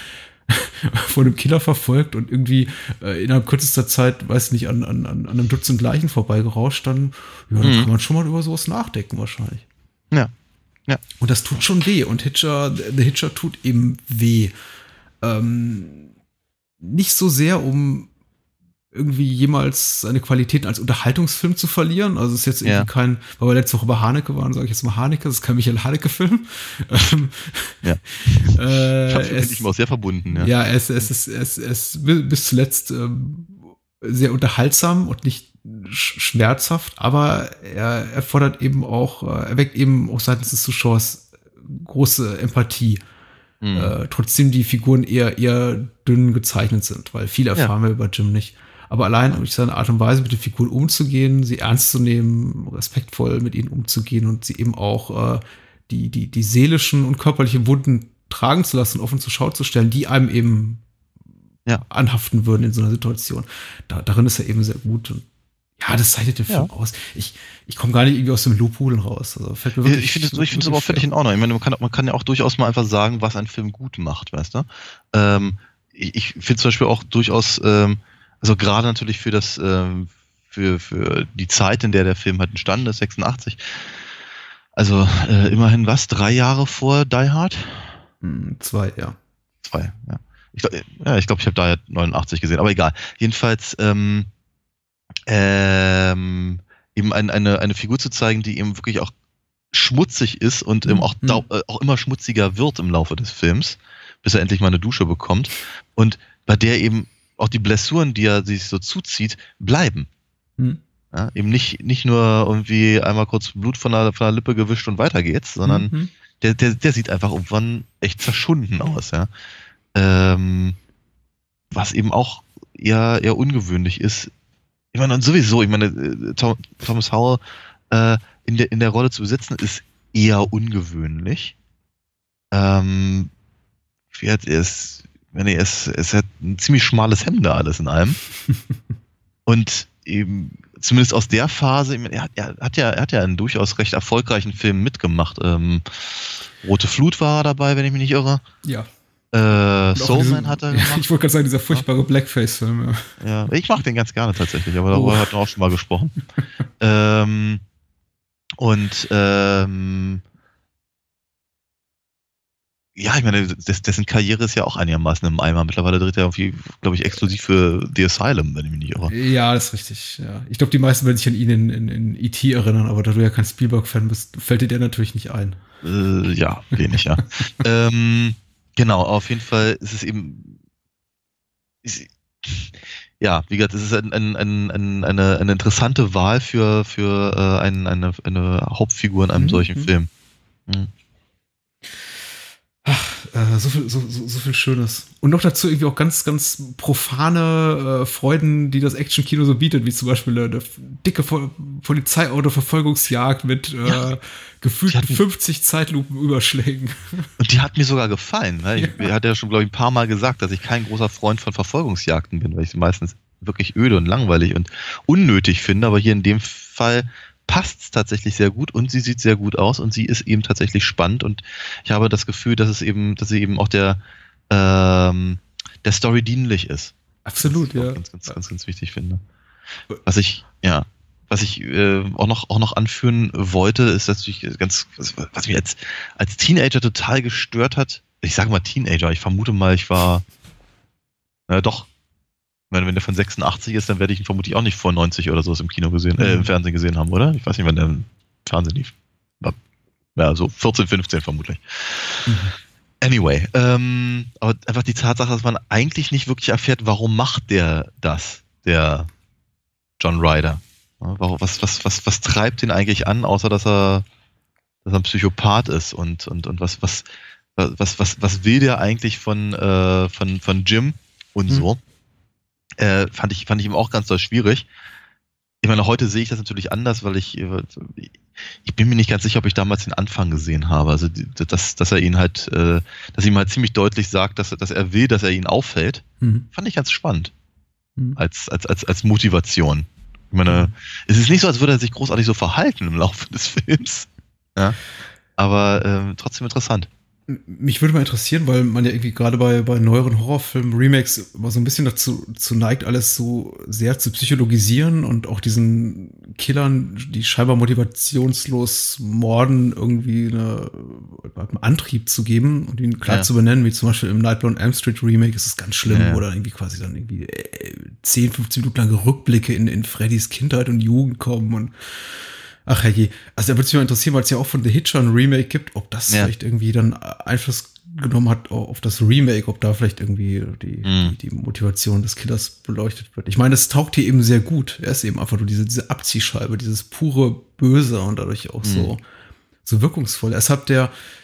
von einem Killer verfolgt und irgendwie äh, innerhalb kürzester Zeit, weiß nicht, an, an, an einem Dutzend Leichen vorbeigerauscht, dann, ja, dann mhm. kann man schon mal über sowas nachdenken wahrscheinlich. Ja. Ja. Und das tut schon weh. Und Hitcher, The Hitcher tut eben weh. Ähm, nicht so sehr, um irgendwie jemals seine Qualitäten als Unterhaltungsfilm zu verlieren. Also es ist jetzt irgendwie ja. kein, weil wir letzte Woche bei Haneke waren, sage ich jetzt mal Haneke, das ist kein Michael Haneke-Film. ja. äh, ich habe es nicht mal sehr verbunden. Ja, ja es, es ist es, es bis zuletzt ähm, sehr unterhaltsam und nicht schmerzhaft, aber er, er fordert eben auch, er weckt eben auch seitens des Zuschauers große Empathie. Mhm. Äh, trotzdem die Figuren eher, eher dünn gezeichnet sind, weil viel erfahren ja. wir über Jim nicht. Aber allein durch seine Art und Weise mit den Figuren umzugehen, sie ernst zu nehmen, respektvoll mit ihnen umzugehen und sie eben auch äh, die, die, die seelischen und körperlichen Wunden tragen zu lassen, offen zur Schau zu stellen, die einem eben ja. anhaften würden in so einer Situation. Da, darin ist er eben sehr gut. Und ja, das zeichnet den Film ja. aus. Ich, ich komme gar nicht irgendwie aus dem Lobhudeln raus. Also fällt mir wirklich, ich finde es so, aber auch völlig in Ordnung. Ich meine, man kann, man kann ja auch durchaus mal einfach sagen, was ein Film gut macht, weißt du? Ähm, ich ich finde zum Beispiel auch durchaus, ähm, also gerade natürlich für das, ähm, für, für die Zeit, in der der Film halt entstanden ist, sechsundachtzig. Also äh, immerhin was? Drei Jahre vor Die Hard? Hm, zwei, ja. Zwei, ja. Ich glaube, ja, ich, glaub, ich habe Die Hard neunundachtzig gesehen, aber egal. Jedenfalls, ähm, Ähm, eben ein, eine, eine Figur zu zeigen, die eben wirklich auch schmutzig ist und eben auch, mhm. äh, auch immer schmutziger wird im Laufe des Films, bis er endlich mal eine Dusche bekommt. Und bei der eben auch die Blessuren, die er sich so zuzieht, bleiben. Mhm. Ja, eben nicht, nicht nur irgendwie einmal kurz Blut von der, von der Lippe gewischt und weiter geht's, sondern mhm. der, der, der sieht einfach irgendwann echt zerschunden aus. Ja. Ähm, was eben auch eher, eher ungewöhnlich ist. Ich meine, und sowieso, ich meine, Tom, Thomas Howell äh, in, der, in der Rolle zu besitzen, ist eher ungewöhnlich. Ähm, er ist, wenn er ist, es hat ein ziemlich schmales Hemd da alles in allem. Und eben, zumindest aus der Phase, ich meine, er, hat, er, hat ja, er hat ja einen durchaus recht erfolgreichen Film mitgemacht. Ähm, Rote Flut war er dabei, wenn ich mich nicht irre. Ja. Äh, Soulman hat er gemacht. Ich wollte gerade sagen, dieser furchtbare Blackface-Film. Ja. ja, ich mag den ganz gerne tatsächlich, aber darüber oh. hatten wir auch schon mal gesprochen. ähm, und ähm, ja, ich meine, des, dessen Karriere ist ja auch einigermaßen im Eimer. Mittlerweile dreht er irgendwie, glaube ich, exklusiv für The Asylum, wenn ich mich nicht irre. Ja, das ist richtig. Ja. Ich glaube, die meisten werden sich an ihn in, in, in E T erinnern, aber da du ja kein Spielberg-Fan bist, fällt dir der natürlich nicht ein. Äh, ja, wenig, ja. ähm, Genau, auf jeden Fall ist es eben, ist, ja, wie gesagt, es ist ein, ein, ein, ein, eine, eine interessante Wahl für, für äh, ein, eine, eine Hauptfigur in einem mhm. solchen Film. Mhm. Ach, äh, so viel, so, so, so viel Schönes. Und noch dazu irgendwie auch ganz, ganz profane äh, Freuden, die das Action-Kino so bietet, wie zum Beispiel eine dicke Polizeiauto-Verfolgungsjagd mit äh, ja. gefühlten fünfzig Zeitlupenüberschlägen. Und die hat mir sogar gefallen. Ne? Ich ja. hatte ja schon, glaube ich, ein paar Mal gesagt, dass ich kein großer Freund von Verfolgungsjagden bin, weil ich sie meistens wirklich öde und langweilig und unnötig finde. Aber hier in dem Fall passt es tatsächlich sehr gut und sie sieht sehr gut aus und sie ist eben tatsächlich spannend und ich habe das Gefühl, dass es eben, dass sie eben auch der ähm, der Story dienlich ist. Absolut, ja. Ganz, ganz, ganz, ganz wichtig finde. Was ich, ja, was ich äh, auch noch auch noch anführen wollte, ist natürlich ganz, was, was mich als als Teenager total gestört hat. Ich sage mal Teenager, ich vermute mal, ich war na doch. Wenn, wenn der von sechsundachtzig ist, dann werde ich ihn vermutlich auch nicht vor neunzig oder sowas im Kino gesehen, äh, im Fernsehen gesehen haben, oder? Ich weiß nicht, wann der im Fernsehen lief. Ja, so vierzehn, fünfzehn vermutlich. Mhm. Anyway, ähm, aber einfach die Tatsache, dass man eigentlich nicht wirklich erfährt, warum macht der das, der John Ryder? Was, was, was, was treibt ihn eigentlich an, außer dass er, dass er ein Psychopath ist und, und, und was, was, was, was, was will der eigentlich von, äh, von, von Jim und mhm. so? Äh, fand ich, fand ich ihm auch ganz doll schwierig. Ich meine, heute sehe ich das natürlich anders, weil ich, ich bin mir nicht ganz sicher, ob ich damals den Anfang gesehen habe. Also, dass, dass er ihn halt, äh, dass ihm halt ziemlich deutlich sagt, dass, dass er will, dass er ihn auffällt, mhm. fand ich ganz spannend. Mhm. Als, als, als, als Motivation. Ich meine, mhm. es ist nicht so, als würde er sich großartig so verhalten im Laufe des Films. Ja? Aber äh, trotzdem interessant. Mich würde mal interessieren, weil man ja irgendwie gerade bei, bei neueren Horrorfilmen, Remakes immer so ein bisschen dazu zu neigt, alles so sehr zu psychologisieren und auch diesen Killern, die scheinbar motivationslos morden, irgendwie eine, einen Antrieb zu geben und ihn klar ja. zu benennen, wie zum Beispiel im Nightmare on Elm Street Remake ist es ganz schlimm, ja. oder irgendwie quasi dann irgendwie zehn, fünfzehn Minuten lange Rückblicke in, in Freddys Kindheit und Jugend kommen und ach herrje, also da würde es mich mal interessieren, weil es ja auch von The Hitcher ein Remake gibt, ob das ja. vielleicht irgendwie dann Einfluss genommen hat auf das Remake, ob da vielleicht irgendwie die, mm. die, die Motivation des Killers beleuchtet wird. Ich meine, es taugt hier eben sehr gut. Er ist eben einfach nur diese, diese Abziehscheibe, dieses pure Böse und dadurch auch mm. so, so wirkungsvoll. Deshalb der,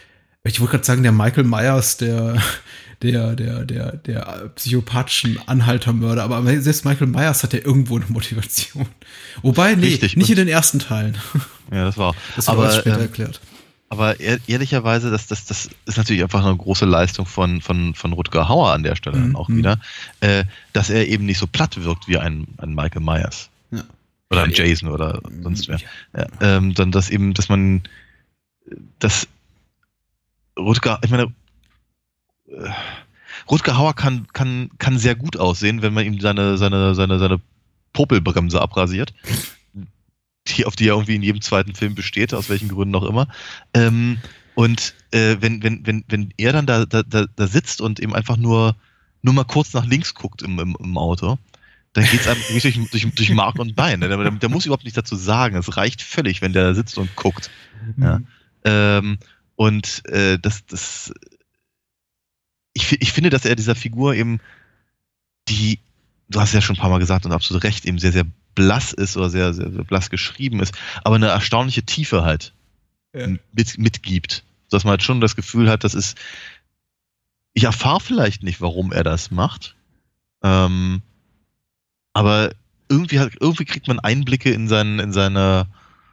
Ich wollte gerade sagen, der Michael Myers, der, der, der, der, der psychopathischen Anhaltermörder, aber selbst Michael Myers hat ja irgendwo eine Motivation. Wobei, nee, Richtig. nicht Und- in den ersten Teilen. Ja, das war. Das wird aber alles später ähm, erklärt. aber ehr- ehrlicherweise, das, das, das ist natürlich einfach eine große Leistung von, von, von Rutger Hauer an der Stelle Mhm. auch wieder, äh, dass er eben nicht so platt wirkt wie ein, ein Michael Myers. Ja. Oder ein Ja, Jason oder sonst wer. Ja. Ja, ähm, dann, dass eben, dass man, dass Rutger, ich meine, äh, Rutger Hauer kann, kann, kann sehr gut aussehen, wenn man ihm seine, seine, seine, seine Popelbremse abrasiert, die, auf die er irgendwie in jedem zweiten Film besteht, aus welchen Gründen auch immer. Ähm, und äh, wenn, wenn, wenn, wenn er dann da, da, da da sitzt und eben einfach nur, nur mal kurz nach links guckt im, im, im Auto, dann geht's einem wirklich durch, durch, durch Mark und Bein. Der, der, der muss überhaupt nichts dazu sagen. Es reicht völlig, wenn der da sitzt und guckt. Ja. Ähm, und äh, das, das ich, fi- ich finde, dass er dieser Figur eben, die, du hast ja schon ein paar Mal gesagt und absolut recht, eben sehr, sehr blass ist oder sehr, sehr, sehr blass geschrieben ist, aber eine erstaunliche Tiefe halt Ja. mit, mitgibt. Dass man halt schon das Gefühl hat, das ist, ich erfahre vielleicht nicht, warum er das macht, ähm, aber irgendwie, hat, irgendwie kriegt man Einblicke in, seinen, in seine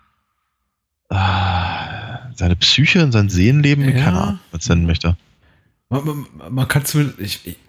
äh, seine Psyche, in sein Seelenleben, Ja. keine Ahnung, was nennen möchte. Man, man, man kann zumindest. Ich, ich,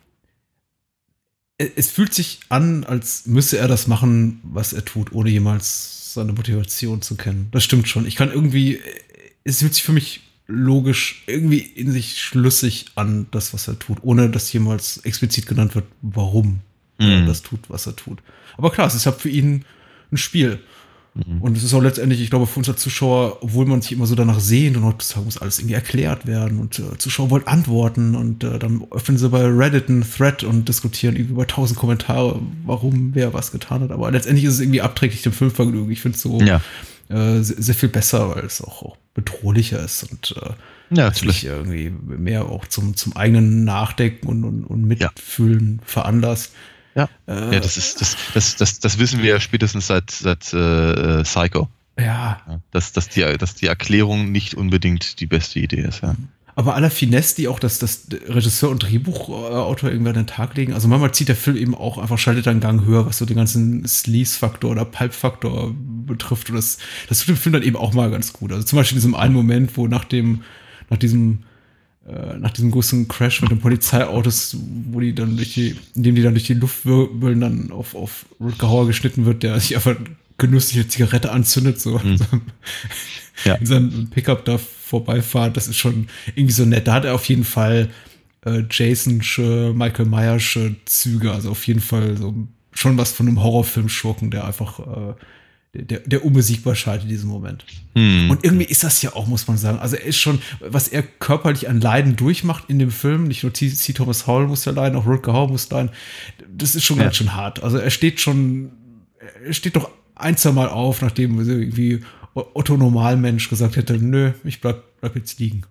es fühlt sich an, als müsse er das machen, was er tut, ohne jemals seine Motivation zu kennen. Das stimmt schon. Ich kann irgendwie. Es fühlt sich für mich logisch, irgendwie in sich schlüssig an, das, was er tut, ohne dass jemals explizit genannt wird, warum er Mhm. das tut, was er tut. Aber klar, es ist halt für ihn ein Spiel. Mhm. Und es ist auch letztendlich, ich glaube, für uns als Zuschauer, obwohl man sich immer so danach sehnt und heutzutage muss alles irgendwie erklärt werden und äh, Zuschauer wollen antworten und äh, dann öffnen sie bei Reddit einen Thread und diskutieren irgendwie über tausend Kommentare, warum wer was getan hat. Aber letztendlich ist es irgendwie abträglich dem Filmvergnügen. Ich finde es so Ja. äh, sehr, sehr viel besser, weil es auch, auch bedrohlicher ist und äh, Ja, weiß nicht, irgendwie mehr auch zum, zum eigenen Nachdenken und, und, und Mitfühlen veranlasst. Ja. Äh, Ja, das ist, das, das, das, das wissen wir ja spätestens seit, seit äh, Psycho. ja. Ja, dass, dass, die, dass die Erklärung nicht unbedingt die beste Idee ist. Ja. Aber aller Finesse, die auch das, das Regisseur und Drehbuchautor irgendwie an den Tag legen. Also manchmal zieht der Film eben auch einfach, schaltet einen Gang höher, was so den ganzen Sleaze-Faktor oder Pulp-Faktor betrifft. Und das, das tut dem Film dann eben auch mal ganz gut. Also zum Beispiel in diesem einen Moment, wo nach dem, nach diesem, äh, nach diesem großen Crash mit den Polizeiautos, wo die dann durch die, indem die dann durch die Luft wirbeln, dann auf, auf Rutger Hauer geschnitten wird, der sich einfach genüsslich eine Zigarette anzündet, so Mhm. Ja. in seinem Pickup da vorbeifahren, das ist schon irgendwie so nett. Da hat er auf jeden Fall äh, Jasonsche, Michael Myersche Züge, also auf jeden Fall so schon was von einem Horrorfilm-Schurken, der einfach äh, der, der unbesiegbar scheint in diesem Moment. Hm. Und irgendwie ist das ja auch, muss man sagen. Also er ist schon, was er körperlich an Leiden durchmacht in dem Film, nicht nur T. C. Thomas Howell muss ja leiden, auch Rutger Hauer muss leiden, das ist schon Ja. ganz schön hart. Also er steht schon, er steht doch ein, zwei Mal auf, nachdem irgendwie Otto Normalmensch gesagt hätte, nö, ich bleib, bleib jetzt liegen.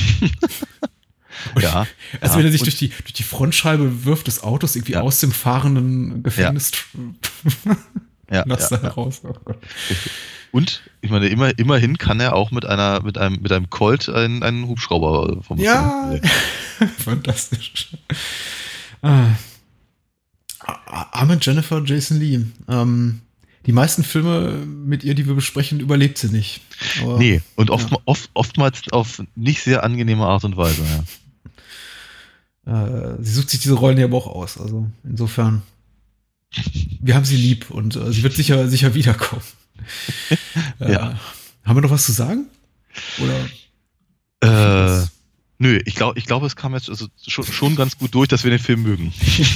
Und Ja. Also ja. wenn er sich Und- durch die, durch die Frontscheibe wirft des Autos irgendwie Ja. aus dem fahrenden Gefängnis ja, nass da ja, ja. heraus. Oh Gott. Und ich meine, immer, immerhin kann er auch mit einer, mit einem, mit einem Colt einen, einen Hubschrauber vom Ja, fantastisch. Ah. Arme Jennifer Jason Leigh. Ähm, die meisten Filme mit ihr, die wir besprechen, überlebt sie nicht. Aber, Nee, und oft, Ja. oft, oftmals auf nicht sehr angenehme Art und Weise, ja. Äh, sie sucht sich diese Rollen ja aber auch aus. Also insofern, wir haben sie lieb und äh, sie wird sicher, sicher wiederkommen. äh, Ja. Haben wir noch was zu sagen? Oder? Äh, nö, ich glaube, ich glaube, es kam jetzt also schon, schon ganz gut durch, dass wir den Film mögen.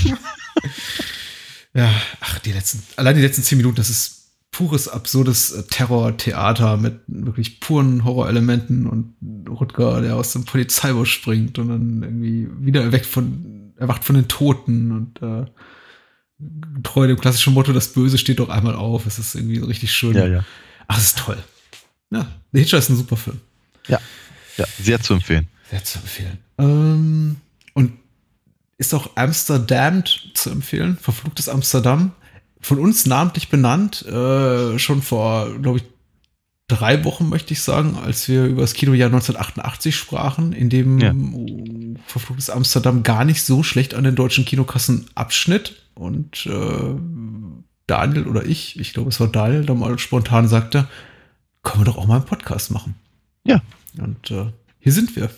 Ja, ach, die letzten, allein die letzten zehn Minuten, das ist pures, absurdes äh, Terror-Theater mit wirklich puren Horrorelementen und Rutger, der aus dem Polizeibus springt und dann irgendwie wieder erweckt von, erwacht von den Toten und äh, treu dem klassischen Motto, das Böse steht doch einmal auf. Es ist irgendwie so richtig schön. Ja, ja. Ach, es ist toll. Ja, The Hitcher ist ein super Film. Ja, ja, sehr zu empfehlen. Sehr zu empfehlen. Ähm, und ist auch Amsterdam zu empfehlen, verfluchtes Amsterdam. Von uns namentlich benannt, äh, schon vor, glaube ich, drei Wochen, möchte ich sagen, als wir über das Kinojahr neunzehnhundertachtundachtzig sprachen, in dem Ja. oh, Verfluchtes Amsterdam gar nicht so schlecht an den deutschen Kinokassen abschnitt. Und äh, Daniel oder ich, ich glaube, es war Daniel, da mal spontan sagte, können wir doch auch mal einen Podcast machen. Ja. Und äh, hier sind wir.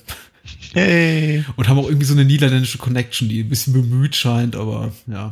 Hey. Und haben auch irgendwie so eine niederländische Connection, die ein bisschen bemüht scheint, aber ja.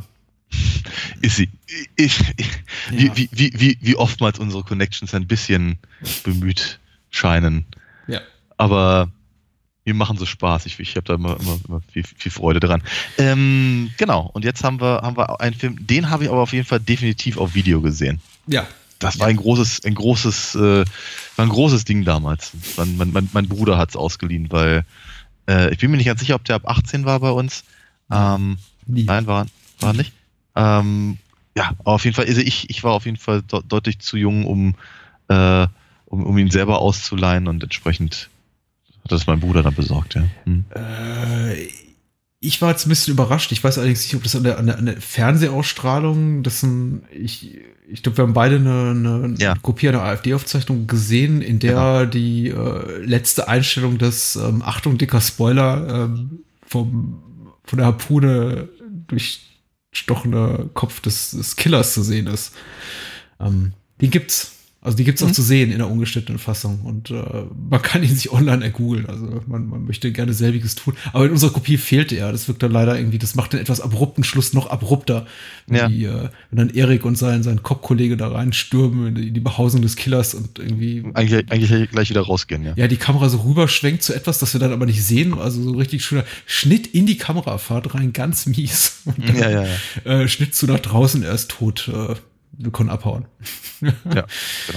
Ist sie. Ich, ich, Ja. wie, wie, wie, wie oftmals unsere Connections ein bisschen bemüht scheinen. Ja. Aber wir machen so Spaß. Ich, ich habe da immer, immer, immer viel, viel Freude dran. Ähm, genau. Und jetzt haben wir, haben wir einen Film, den habe ich aber auf jeden Fall definitiv auf Video gesehen. Ja. Das war ein großes, ein großes, äh, war ein großes Ding damals. Mein, mein, mein, mein Bruder hat es ausgeliehen, weil äh, ich bin mir nicht ganz sicher, ob der ab achtzehn war bei uns. Ähm, Nie. nein, war, war nicht. Ähm, ja, aber auf jeden Fall, also ich, ich war auf jeden Fall de- deutlich zu jung, um, äh, um, um ihn selber auszuleihen und entsprechend hat das mein Bruder dann besorgt, ja. Hm. Äh, ich war jetzt ein bisschen überrascht. Ich weiß allerdings nicht, ob das an der, an der, an der Fernsehausstrahlung, das ein, ich, ich glaube, wir haben beide eine, eine Ja. Kopie einer AfD-Aufzeichnung gesehen, in der Genau. die äh, letzte Einstellung des, ähm, Achtung, dicker Spoiler, ähm, vom, von der Harpune durchstochene Kopf des, des Killers zu sehen ist. Ähm, den gibt's. Also die gibt's auch Mhm. zu sehen in der ungeschnittenen Fassung und äh, man kann ihn sich online ergoogeln. Also man, man möchte gerne selbiges tun. Aber in unserer Kopie fehlte er. Das wirkt dann leider irgendwie, das macht den etwas abrupten Schluss noch abrupter. Wenn, Ja. die, äh, wenn dann Erik und sein, sein Cop-Kollege da reinstürmen in die, in die Behausung des Killers und irgendwie Eigentlich, eigentlich gleich wieder rausgehen, ja. ja, die Kamera so rüberschwenkt zu etwas, das wir dann aber nicht sehen. Also so richtig schöner Schnitt in die Kamerafahrt rein, ganz mies. Und dann, Ja, ja, ja. Äh, Schnitt zu nach draußen, er ist tot. Äh, wir können abhauen. Ja, genau.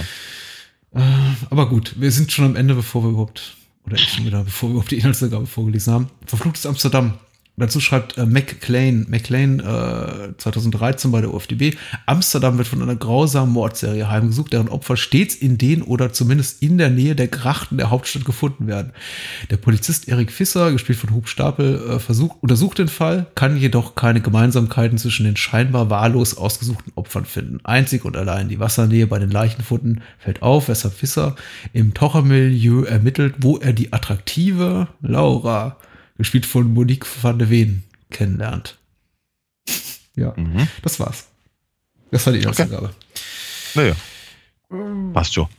Äh, aber gut, wir sind schon am Ende, bevor wir überhaupt, oder ich schon wieder, bevor wir überhaupt die Inhaltsangabe vorgelesen haben. Verfluchtes Amsterdam. Dazu schreibt äh, McLean, McLean äh, zweitausenddreizehn bei der U F D B, Amsterdam wird von einer grausamen Mordserie heimgesucht, deren Opfer stets in den oder zumindest in der Nähe der Grachten der Hauptstadt gefunden werden. Der Polizist Erik Visser, gespielt von Hub Stapel, äh, versucht, untersucht den Fall, kann jedoch keine Gemeinsamkeiten zwischen den scheinbar wahllos ausgesuchten Opfern finden. Einzig und allein die Wassernähe bei den Leichenfunden fällt auf, weshalb Visser im Tocher-Milieu ermittelt, wo er die attraktive Laura, gespielt von Monique van de Ven, kennenlernt. Ja, Mhm. das war's. Das war die Inhaltsangabe. Naja. Passt schon.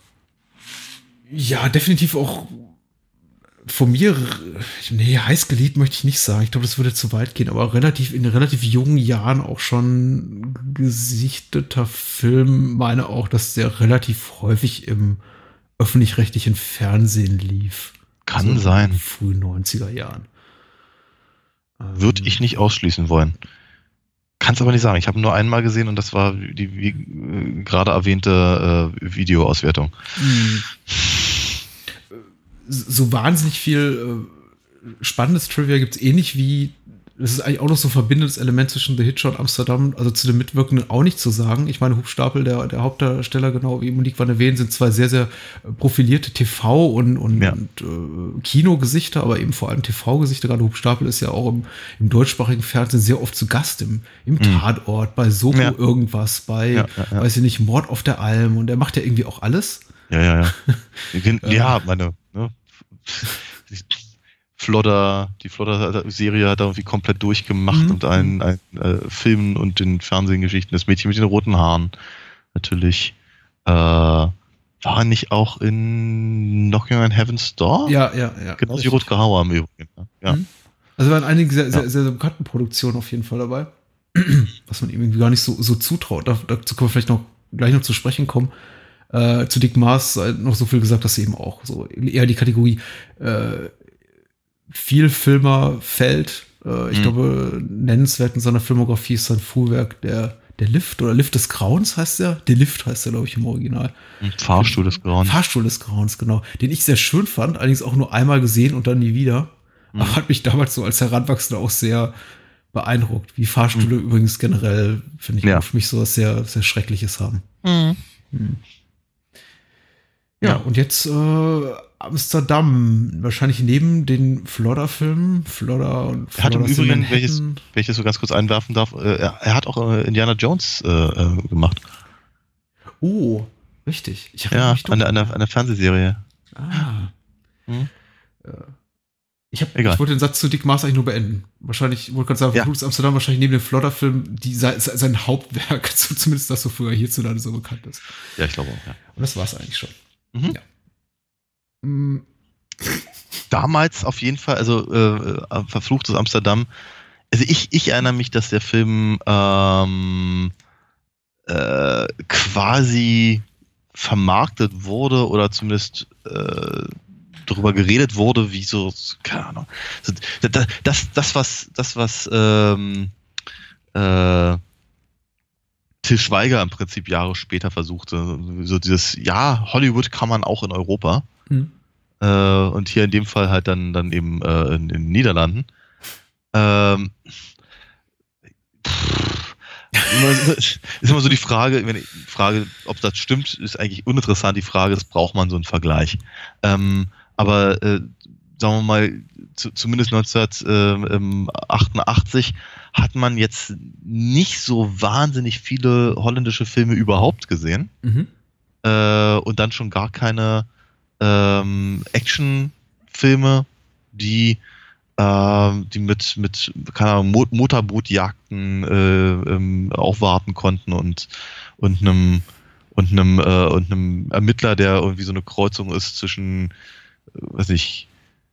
Ja, definitiv auch von mir, nee, heiß geliebt möchte ich nicht sagen. Ich glaube, das würde zu weit gehen, aber relativ in relativ jungen Jahren auch schon gesichteter Film. Meine auch, dass der relativ häufig im öffentlich-rechtlichen Fernsehen lief. Kann So in sein. den frühen neunziger Jahren. Würde ich nicht ausschließen wollen. Kann es aber nicht sagen. Ich habe nur einmal gesehen und das war die wie äh, gerade erwähnte äh, Videoauswertung. Mhm. So wahnsinnig viel äh, spannendes Trivia gibt es ähnlich wie, das ist eigentlich auch noch so ein verbindendes Element zwischen The Hitcher und Amsterdam, also zu den Mitwirkenden auch nicht zu sagen. Ich meine, Hub Stapel, der, der Hauptdarsteller, genau wie Monique van der Ven, sind zwei sehr, sehr profilierte T V- und, und, Ja. und äh, Kinogesichter, aber eben vor allem T V-Gesichter. Gerade Hub Stapel ist ja auch im, im deutschsprachigen Fernsehen sehr oft zu Gast, im, im Tatort, bei Soko Ja. irgendwas, bei, Ja, ja, ja. weiß ich nicht, Mord auf der Alm, und er macht ja irgendwie auch alles. Ja, ja, ja. ja, meine, ne? Die Flodder, die Flodder-Serie hat er irgendwie komplett durchgemacht Mhm. und einen, einen äh, Filmen und den Fernsehgeschichten. Das Mädchen mit den roten Haaren natürlich. Äh, war nicht auch in Knocking on Heaven's Door? Ja, ja, ja. Genauso wie Rutger Hauer im Übrigen. ne? Ja. Mhm. Also waren einige sehr, sehr, Ja. sehr, sehr bekannten Produktionen auf jeden Fall dabei, was man ihm irgendwie gar nicht so, so zutraut. Da, dazu können wir vielleicht noch gleich noch zu sprechen kommen. Äh, zu Dick Maas sei noch so viel gesagt, dass sie eben auch so eher die Kategorie äh, Vielfilmer fällt. Äh, ich Mhm. glaube, nennenswert in seiner Filmografie ist sein Frühwerk der, der Lift oder Lift des Grauens heißt der. Der Lift heißt der, glaube ich, im Original. Ein Fahrstuhl des Grauens. Fahrstuhl des Grauens, genau. Den ich sehr schön fand, allerdings auch nur einmal gesehen und dann nie wieder. Mhm. Aber hat mich damals so als Heranwachsender auch sehr beeindruckt. Wie Fahrstühle übrigens generell, finde ich, Ja. auch für mich so was sehr, sehr Schreckliches haben. Mhm. Hm. Ja, Ja. und jetzt äh, Amsterdam. Wahrscheinlich neben den Flodder-Filmen. Flodder und Er hat im Flodders in Übrigen, Manhattan. welches, wenn ich das so ganz kurz einwerfen darf, äh, er, er hat auch äh, Indiana Jones äh, äh, gemacht. Oh, Richtig. Ich ja, an der, an, der, an der Fernsehserie. Ah. Hm? Ich, hab, ich wollte den Satz zu Dick Maas eigentlich nur beenden. Wahrscheinlich, ich wollte gerade sagen, ja. Verfluchtes Amsterdam wahrscheinlich neben dem Flodder-Film die, sein, sein Hauptwerk, zumindest das so früher hierzulande so bekannt ist. Ja, ich glaube auch, ja. Und das war es eigentlich schon. Mhm. Ja. Mhm. Damals auf jeden Fall, also äh, Verfluchtes Amsterdam, also ich, ich erinnere mich, dass der Film ähm, äh, quasi vermarktet wurde oder zumindest äh, darüber geredet wurde, wie so, keine Ahnung, so, das, das, das, was, das, was ähm, äh, Til Schweiger im Prinzip Jahre später versuchte, so dieses, ja, Hollywood kann man auch in Europa, mhm. äh, und hier in dem Fall halt dann, dann eben äh, in, in den Niederlanden. Ähm, pff, ist immer so die Frage, wenn ich frage, ob das stimmt, ist eigentlich uninteressant. Die Frage ist, braucht man so einen Vergleich? Ähm, aber äh, sagen wir mal, zu, zumindest neunzehnhundertachtundachtzig hat man jetzt nicht so wahnsinnig viele holländische Filme überhaupt gesehen. Mhm. Äh, und dann schon gar keine ähm, Actionfilme, die die mit, mit keine Ahnung, Mot- Motorbootjagden äh, ähm, aufwarten konnten und, und einem und einem äh, und einem Ermittler, der irgendwie so eine Kreuzung ist zwischen, äh, weiß nicht,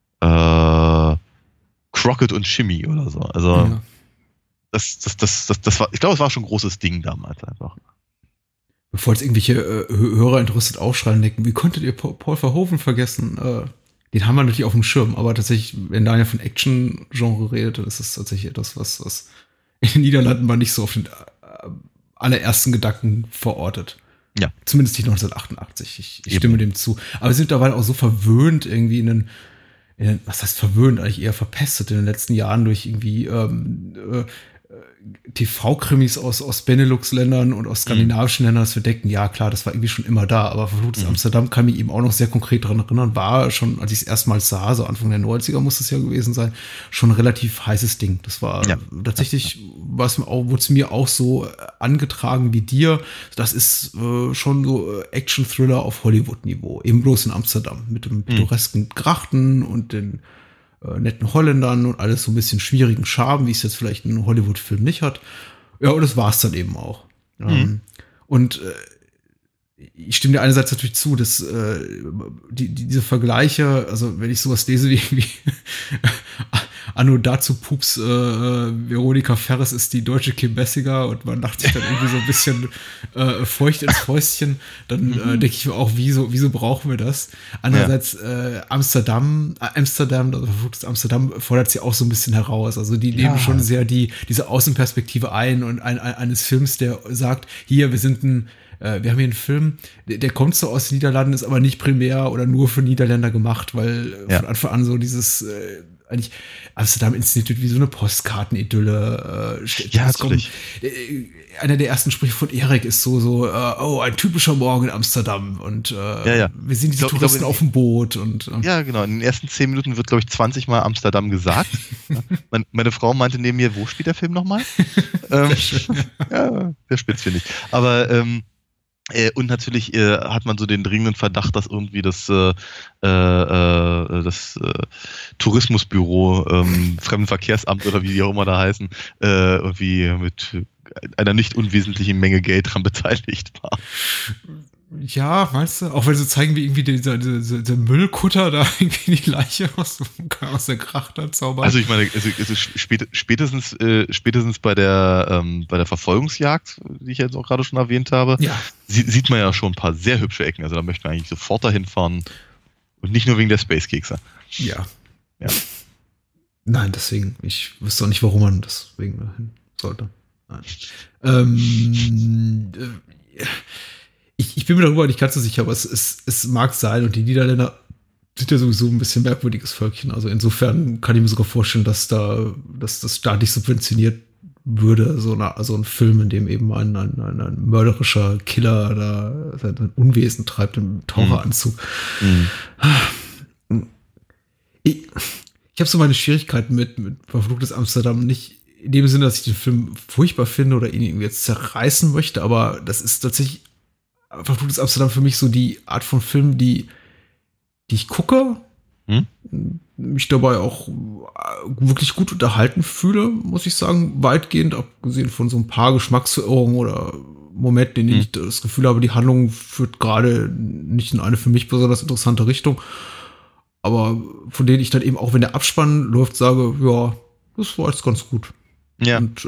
äh, Crockett und Shimmy oder so. Also ja. das, das, das, das, das war, ich glaube, es war schon ein großes Ding damals einfach. Bevor jetzt irgendwelche äh, Hörer entrüstet aufschreien denken, wie konntet ihr Paul Verhoeven vergessen? Äh, Den haben wir natürlich auf dem Schirm, aber tatsächlich, wenn Daniel von Action-Genre redet, ist es tatsächlich etwas, was, was in den Niederlanden man nicht so auf den allerersten Gedanken verortet. Ja. Zumindest nicht neunzehnhundertachtundachtzig. Ich, ich stimme dem zu. Aber wir sind mittlerweile auch so verwöhnt irgendwie in den, in den, was heißt verwöhnt, eigentlich eher verpestet in den letzten Jahren durch irgendwie ähm, äh, T V-Krimis aus, aus Benelux-Ländern und aus skandinavischen mhm. Ländern, dass wir denken, ja klar, das war irgendwie schon immer da, aber Verfluchtes mhm. Amsterdam kann mich eben auch noch sehr konkret daran erinnern, war schon, als ich es erstmals sah, so Anfang der neunziger muss es ja gewesen sein, schon ein relativ heißes Ding. Das war ja. tatsächlich, war es mir auch, wurde es mir auch so angetragen wie dir. Das ist äh, schon so Action-Thriller auf Hollywood-Niveau, eben bloß in Amsterdam, mit dem pittoresken mhm. Grachten und den Äh, netten Holländern und alles so ein bisschen schwierigen Charme, wie es jetzt vielleicht ein Hollywood-Film nicht hat. Ja, und das war es dann eben auch. Mhm. Ähm, und äh, ich stimme dir einerseits natürlich zu, dass äh, die, die, diese Vergleiche, also wenn ich sowas lese wie, wie Anno dazu Pups, äh, Veronika Ferres ist die deutsche Kim Basinger und man lacht sich dann irgendwie so ein bisschen äh, feucht ins Fäustchen, dann äh, denke ich mir auch, wieso, wieso brauchen wir das? Andererseits äh, Amsterdam, äh, Amsterdam, also Verfluchtes Amsterdam fordert sie auch so ein bisschen heraus. Also die nehmen ja. schon sehr die diese Außenperspektive ein und ein, ein, eines Films, der sagt, hier, wir sind ein wir haben hier einen Film, der, der kommt so aus den Niederlanden, ist aber nicht primär oder nur für Niederländer gemacht, weil ja. von Anfang an so dieses äh, eigentlich Amsterdam inszeniert wird wie so eine Postkartenidylle. Äh, ja, natürlich. Äh, einer der ersten Sprüche von Erik ist so, so äh, oh, ein typischer Morgen in Amsterdam und äh, ja, ja. wir sehen diese glaub, Touristen glaub, auf dem Boot. Und, und ja, genau. In den ersten zehn Minuten wird, glaube ich, zwanzig Mal Amsterdam gesagt. meine, meine Frau meinte neben mir, wo spielt der Film nochmal? ähm, ja, sehr spitz, finde ich. Aber ähm, Äh, und natürlich äh, hat man so den dringenden Verdacht, dass irgendwie das, äh, äh, das äh, Tourismusbüro, ähm, Fremdenverkehrsamt oder wie die auch immer da heißen, äh, irgendwie mit einer nicht unwesentlichen Menge Geld dran beteiligt war. Ja, meinst du? Auch wenn sie zeigen, wie irgendwie dieser, dieser, dieser Müllkutter da irgendwie die Leiche aus, aus der Kracht da zaubert. Also ich meine, also, also spätestens, äh, spätestens bei der, ähm, bei der Verfolgungsjagd, die ich jetzt auch gerade schon erwähnt habe, ja. sie, sieht man ja schon ein paar sehr hübsche Ecken. Also da möchten wir eigentlich sofort dahin fahren. Und nicht nur wegen der Space-Kekse. Ja. ja. Nein, deswegen. Ich wüsste auch nicht, warum man deswegen dahin sollte. Nein. Ähm, äh, Ich, ich bin mir darüber nicht ganz so sicher, aber es, es, es mag sein und die Niederländer sind ja sowieso ein bisschen merkwürdiges Völkchen. Also insofern kann ich mir sogar vorstellen, dass da, dass das staatlich subventioniert würde, so eine, also ein Film, in dem eben ein, ein, ein, ein mörderischer Killer da sein Unwesen treibt im Taucheranzug. Mhm. Ich, ich habe so meine Schwierigkeiten mit, mit Verfluchtes Amsterdam, nicht in dem Sinne, dass ich den Film furchtbar finde oder ihn irgendwie jetzt zerreißen möchte, aber das ist tatsächlich Verflucht ist Amsterdam für mich so die Art von Film, die, die ich gucke, hm? mich dabei auch wirklich gut unterhalten fühle, muss ich sagen, weitgehend, abgesehen von so ein paar Geschmacksverirrungen oder Momenten, in denen hm. ich das Gefühl habe, die Handlung führt gerade nicht in eine für mich besonders interessante Richtung, aber von denen ich dann eben auch, wenn der Abspann läuft, sage, ja, das war jetzt ganz gut. Ja. Und,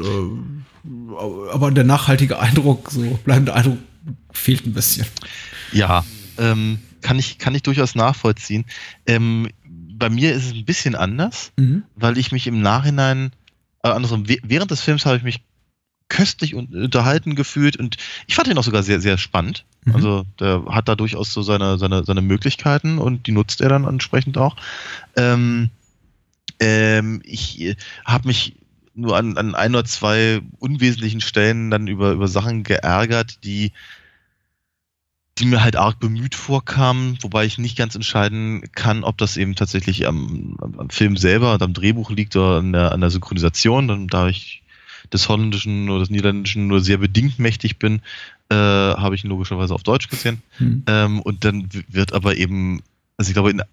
äh, aber der nachhaltige Eindruck, so bleibende Eindruck, fehlt ein bisschen. Ja, ähm, kann ich, kann ich durchaus nachvollziehen. Ähm, bei mir ist es ein bisschen anders, mhm. weil ich mich im Nachhinein, äh, andersrum, während des Films habe ich mich köstlich und unterhalten gefühlt und ich fand ihn auch sogar sehr, sehr spannend. Mhm. Also der hat da durchaus so seine, seine, seine Möglichkeiten und die nutzt er dann entsprechend auch. Ähm, ähm, ich habe mich nur an, an ein oder zwei unwesentlichen Stellen dann über, über Sachen geärgert, die, die mir halt arg bemüht vorkamen, wobei ich nicht ganz entscheiden kann, ob das eben tatsächlich am, am Film selber und am Drehbuch liegt oder an der, an der Synchronisation. Dann, da ich des Holländischen oder des Niederländischen nur sehr bedingt mächtig bin, äh, habe ich ihn logischerweise auf Deutsch gesehen. Hm. Ähm, und dann wird aber eben, also ich glaube, in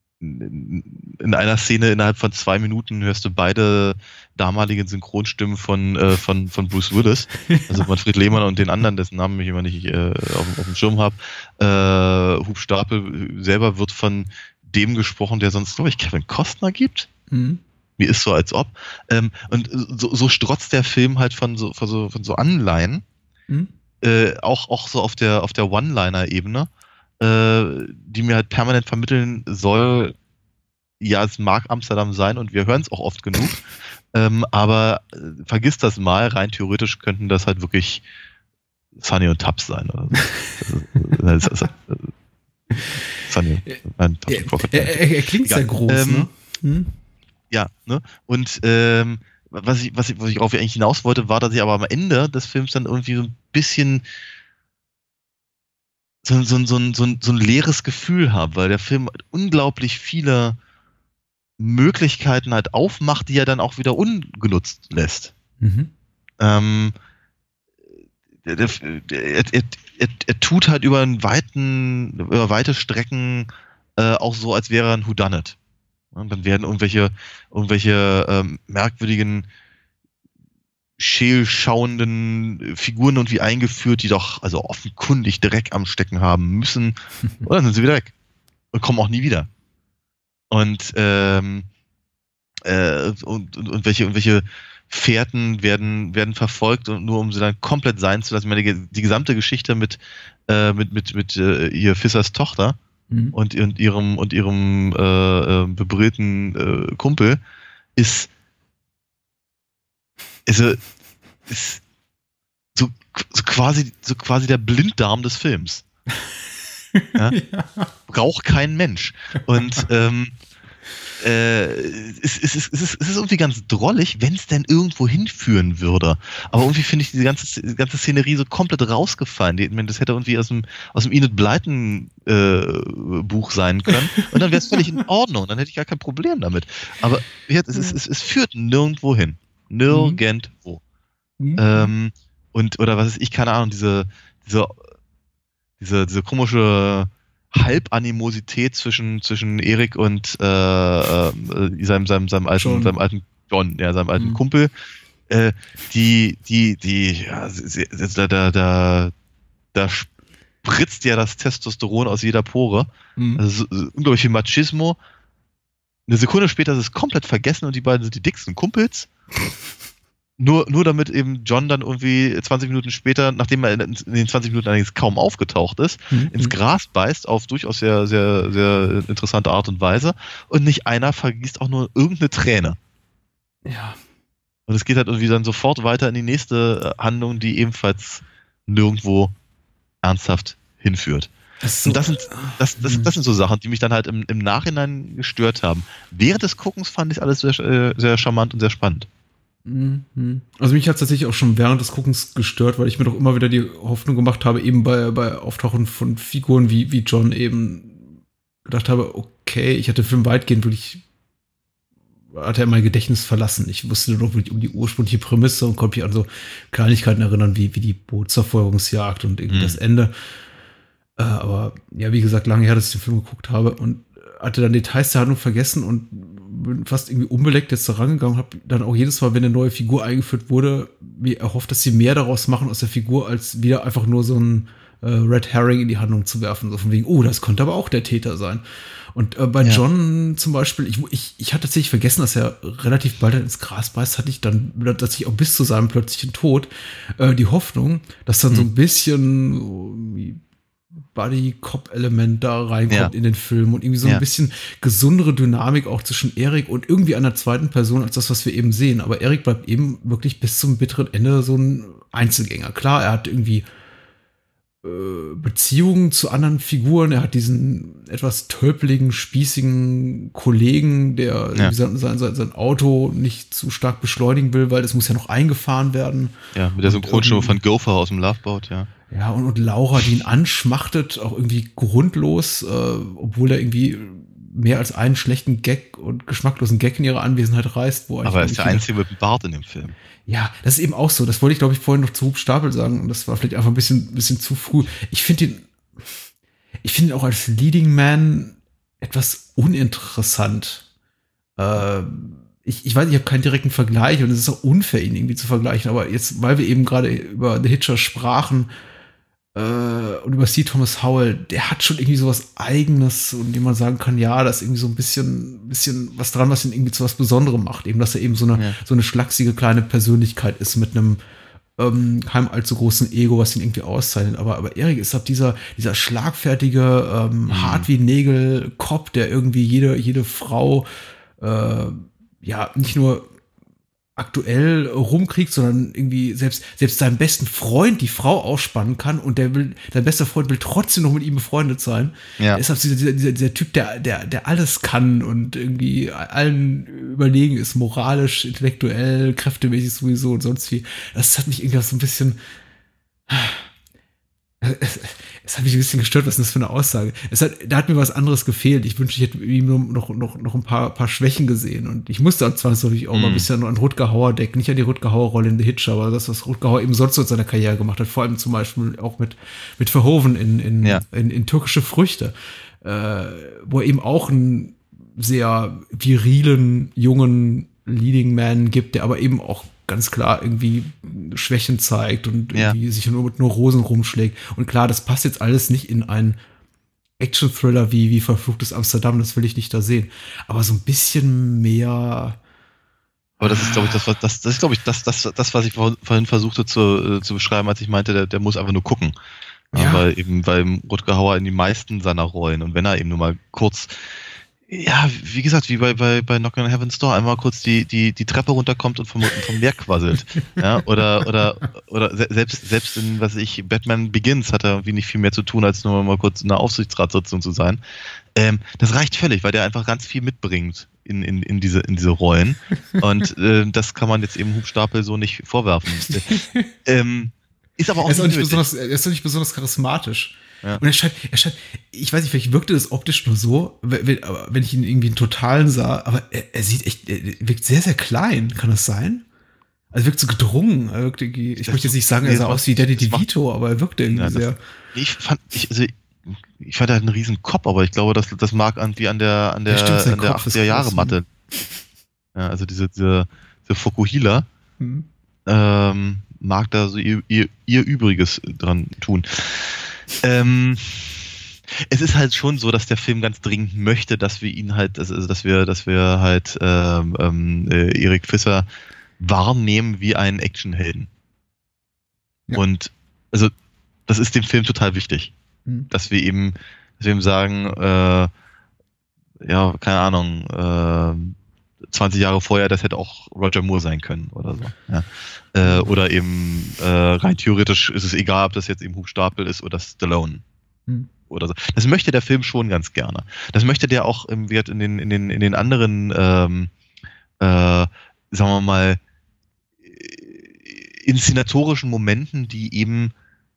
in einer Szene innerhalb von zwei Minuten hörst du beide damaligen Synchronstimmen von, äh, von, von Bruce Willis, also Manfred Lehmann und den anderen, dessen Namen ich immer nicht äh, auf, auf dem Schirm habe. Äh, Hub Stapel selber wird von dem gesprochen, der sonst, glaube ich, Kevin Costner gibt. Mhm. Mir ist so, als ob. Ähm, und so, so strotzt der Film halt von so, von so, von so Anleihen, mhm. äh, auch, auch so auf der, auf der One-Liner-Ebene, die mir halt permanent vermitteln soll, ja, es mag Amsterdam sein und wir hören es auch oft genug, ähm, aber äh, vergiss das mal, rein theoretisch könnten das halt wirklich Sunny und Tubbs sein. Oder so. das, das, das, das, Sunny, nein, Tubbs und Crockett. Er, er, er klingt sehr groß, ähm, ne? Hm? Ja, ne? Und ähm, was ich, was ich, was ich auf eigentlich hinaus wollte, war, dass ich aber am Ende des Films dann irgendwie so ein bisschen So, so, so, so, so ein leeres Gefühl habe, weil der Film unglaublich viele Möglichkeiten halt aufmacht, die er dann auch wieder ungenutzt lässt. Mhm. Ähm, der, der, er, er, er, er tut halt über einen weiten, über weite Strecken äh, auch so, als wäre er ein Whodunit. Und dann werden irgendwelche, irgendwelche ähm, merkwürdigen schälschauenden Figuren irgendwie eingeführt, die doch also offenkundig Dreck am Stecken haben müssen. Und dann sind sie wieder weg. Und kommen auch nie wieder. Und, ähm, äh, und, und, und welche, und welche Fährten werden, werden verfolgt, und nur um sie dann komplett sein zu lassen. Ich meine, die, die gesamte Geschichte mit, äh, mit, mit, mit äh, ihr Fissers Tochter mhm. und, und ihrem, und ihrem äh, bebrillten äh, Kumpel ist Also, ist so, so, quasi, so quasi der Blinddarm des Films. Ja? Ja. Braucht kein Mensch. Und ähm, äh, es, es, es, es, ist, es ist irgendwie ganz drollig, wenn es denn irgendwo hinführen würde. Aber irgendwie finde ich diese ganze, die ganze Szenerie so komplett rausgefallen. Die, ich meine, das hätte irgendwie aus dem, aus dem Enid Blyton äh, Buch sein können. Und dann wäre es völlig in Ordnung. Dann hätte ich gar kein Problem damit. Aber es, es, es, es führt nirgendwo hin. Nirgendwo. Mhm. Ähm, und, oder was ist ich, keine Ahnung, diese, diese, diese, diese komische Halbanimosität zwischen, zwischen Erik und äh, äh, seinem, seinem, seinem alten, John. seinem alten John, ja, seinem alten mhm. Kumpel, äh, die, die, die, ja, da, da, da, da spritzt ja das Testosteron aus jeder Pore. Mhm. Also so, so unglaublich viel Machismo. Eine Sekunde später ist es komplett vergessen und die beiden sind die dicksten Kumpels. Nur, nur damit eben John dann irgendwie zwanzig Minuten später, nachdem er in den zwanzig Minuten allerdings kaum aufgetaucht ist, mhm. ins Gras beißt auf durchaus sehr, sehr, sehr interessante Art und Weise und nicht einer vergießt auch nur irgendeine Träne. Ja. Und es geht halt irgendwie dann sofort weiter in die nächste Handlung, die ebenfalls nirgendwo ernsthaft hinführt. Das, so, und das, sind, das, das, das sind so Sachen, die mich dann halt im, im Nachhinein gestört haben. Während des Guckens fand ich alles sehr, sehr charmant und sehr spannend. Also mich hat es tatsächlich auch schon während des Guckens gestört, weil ich mir doch immer wieder die Hoffnung gemacht habe, eben bei, bei Auftauchen von Figuren wie, wie John eben gedacht habe, okay, ich hatte den Film weitgehend wirklich, hatte er mein Gedächtnis verlassen. Ich wusste nur noch um die ursprüngliche Prämisse und konnte mich an so Kleinigkeiten erinnern, wie, wie die Bootserfolgungsjagd und irgendwie mhm. das Ende. Äh, aber ja, wie gesagt, lange her, dass ich den Film geguckt habe und hatte dann Details der Handlung vergessen und bin fast irgendwie unbeleckt jetzt da rangegangen, habe dann auch jedes Mal, wenn eine neue Figur eingeführt wurde, mir erhofft, dass sie mehr daraus machen aus der Figur, als wieder einfach nur so ein äh, Red Herring in die Handlung zu werfen. So von wegen, oh, das könnte aber auch der Täter sein. Und äh, bei ja. John zum Beispiel, ich, ich, ich hatte tatsächlich vergessen, dass er relativ bald ins Gras beißt, hatte ich dann tatsächlich auch bis zu seinem plötzlichen Tod äh, die Hoffnung, dass dann hm. so ein bisschen so, Buddy-Cop-Element da reinkommt ja. in den Film und irgendwie so ein ja. bisschen gesundere Dynamik auch zwischen Erik und irgendwie einer zweiten Person als das, was wir eben sehen. Aber Erik bleibt eben wirklich bis zum bitteren Ende so ein Einzelgänger. Klar, er hat irgendwie äh, Beziehungen zu anderen Figuren. Er hat diesen etwas tölpeligen, spießigen Kollegen, der ja. sein, sein, sein Auto nicht zu stark beschleunigen will, weil das muss ja noch eingefahren werden. Ja, mit der Synchronstimme von Gopher aus dem Loveboat, ja. Ja, und, und Laura, die ihn anschmachtet, auch irgendwie grundlos, äh, obwohl er irgendwie mehr als einen schlechten Gag und geschmacklosen Gag in ihre Anwesenheit reißt. Wo aber er ist der Einzige mit dem Bart in dem Film. Ja, das ist eben auch so. Das wollte ich, glaube ich, vorhin noch zu Hub Stapel sagen. Und das war vielleicht einfach ein bisschen, bisschen zu früh. Ich finde ihn, ich finde ihn auch als Leading Man etwas uninteressant. Äh, Ich, ich weiß, ich habe keinen direkten Vergleich und es ist auch unfair, ihn irgendwie zu vergleichen, aber jetzt, weil wir eben gerade über The Hitcher sprachen äh, und über C. Thomas Howell, der hat schon irgendwie sowas Eigenes und dem man sagen kann, ja, da ist irgendwie so ein bisschen, bisschen was dran, was ihn irgendwie zu was Besonderem macht, eben, dass er eben so eine, ja. so eine schlachsige kleine Persönlichkeit ist mit einem ähm, keinem allzu großen Ego, was ihn irgendwie auszeichnet, aber, aber Erik ist ab dieser, dieser schlagfertige, ähm, mhm. hart wie Nägel Cop, der irgendwie jede, jede Frau äh, ja, nicht nur aktuell rumkriegt, sondern irgendwie selbst, selbst seinem besten Freund die Frau ausspannen kann und der will, sein bester Freund will trotzdem noch mit ihm befreundet sein. Ja. Deshalb dieser, dieser, dieser, dieser Typ, der, der, der alles kann und irgendwie allen überlegen ist, moralisch, intellektuell, kräftemäßig sowieso und sonst wie. Das hat mich irgendwie so ein bisschen, Es, es hat mich ein bisschen gestört, was ist das für eine Aussage? Es hat, da hat mir was anderes gefehlt. Ich wünschte, ich hätte ihm noch, noch, noch ein paar, paar Schwächen gesehen. Und ich musste zwangsläufig auch mm. mal ein bisschen an Rutger Hauer denken. Nicht an die Rutger Hauer-Rolle in The Hitcher, aber das, was Rutger Hauer eben sonst so in seiner Karriere gemacht hat. Vor allem zum Beispiel auch mit, mit Verhoeven in, in, ja. in, in Türkische Früchte. Äh, wo er eben auch einen sehr virilen, jungen Leading Man gibt, der aber eben auch ganz klar irgendwie Schwächen zeigt und irgendwie ja. sich nur mit nur Rosen rumschlägt. Und klar, das passt jetzt alles nicht in einen Action-Thriller wie, wie Verfluchtes Amsterdam, das will ich nicht da sehen. Aber so ein bisschen mehr. Aber das ist, glaube ich, das, was, das, das ist, glaube ich, das, das, das, was ich vorhin versuchte zu, zu beschreiben, als ich meinte, der, der muss einfach nur gucken. Ja. Weil eben, weil Rutger Hauer in die meisten seiner Rollen und wenn er eben nur mal kurz ja, wie gesagt, wie bei, bei, bei Knockin' on Heaven's Door, einmal kurz die, die, die Treppe runterkommt und vom, vom Meer quasselt. Ja, oder, oder, oder selbst, selbst in, was ich, Batman Begins hat er irgendwie nicht viel mehr zu tun, als nur mal kurz in einer Aufsichtsratssitzung zu sein. Ähm, das reicht völlig, weil der einfach ganz viel mitbringt in, in, in diese, in diese Rollen. Und, äh, das kann man jetzt eben Hub Stapel so nicht vorwerfen. ähm, ist aber auch er ist, auch nicht besonders, er ist auch nicht besonders charismatisch. Ja. Und er scheint, er scheint, ich weiß nicht, vielleicht wirkte das optisch nur so, wenn, wenn ich ihn irgendwie in Totalen sah, aber er, er sieht echt, er wirkt sehr, sehr klein. Kann das sein? Also wirkt so gedrungen. Er wirkt irgendwie, ich das möchte jetzt nicht sagen, er sah aus wie Danny DeVito, aber er wirkte irgendwie ja, das, sehr. Ich fand, ich, also ich fand, er hat einen riesen Kopf, aber ich glaube, das, das mag irgendwie an der, an der, ja, stimmt, an der achtziger-Jahre-Matte. Ja, also diese, diese, diese Fokuhila, hm. ähm, mag da so ihr, ihr, ihr Übriges dran tun. Ähm, es ist halt schon so, dass der Film ganz dringend möchte, dass wir ihn halt, also dass wir, dass wir halt ähm, ähm, äh, Erik Visser wahrnehmen wie einen Actionhelden. Ja. Und also das ist dem Film total wichtig, mhm. dass wir eben, dass wir ihm sagen, äh, ja, keine Ahnung, äh, zwanzig Jahre vorher, das hätte auch Roger Moore sein können oder so. Ja. Äh, oder eben äh, rein theoretisch ist es egal, ob das jetzt eben Hub Stapel ist oder Stallone. Hm. Oder so. Das möchte der Film schon ganz gerne. Das möchte der auch im Wert in den, in den, in den anderen, ähm, äh, sagen wir mal, inszenatorischen Momenten, die eben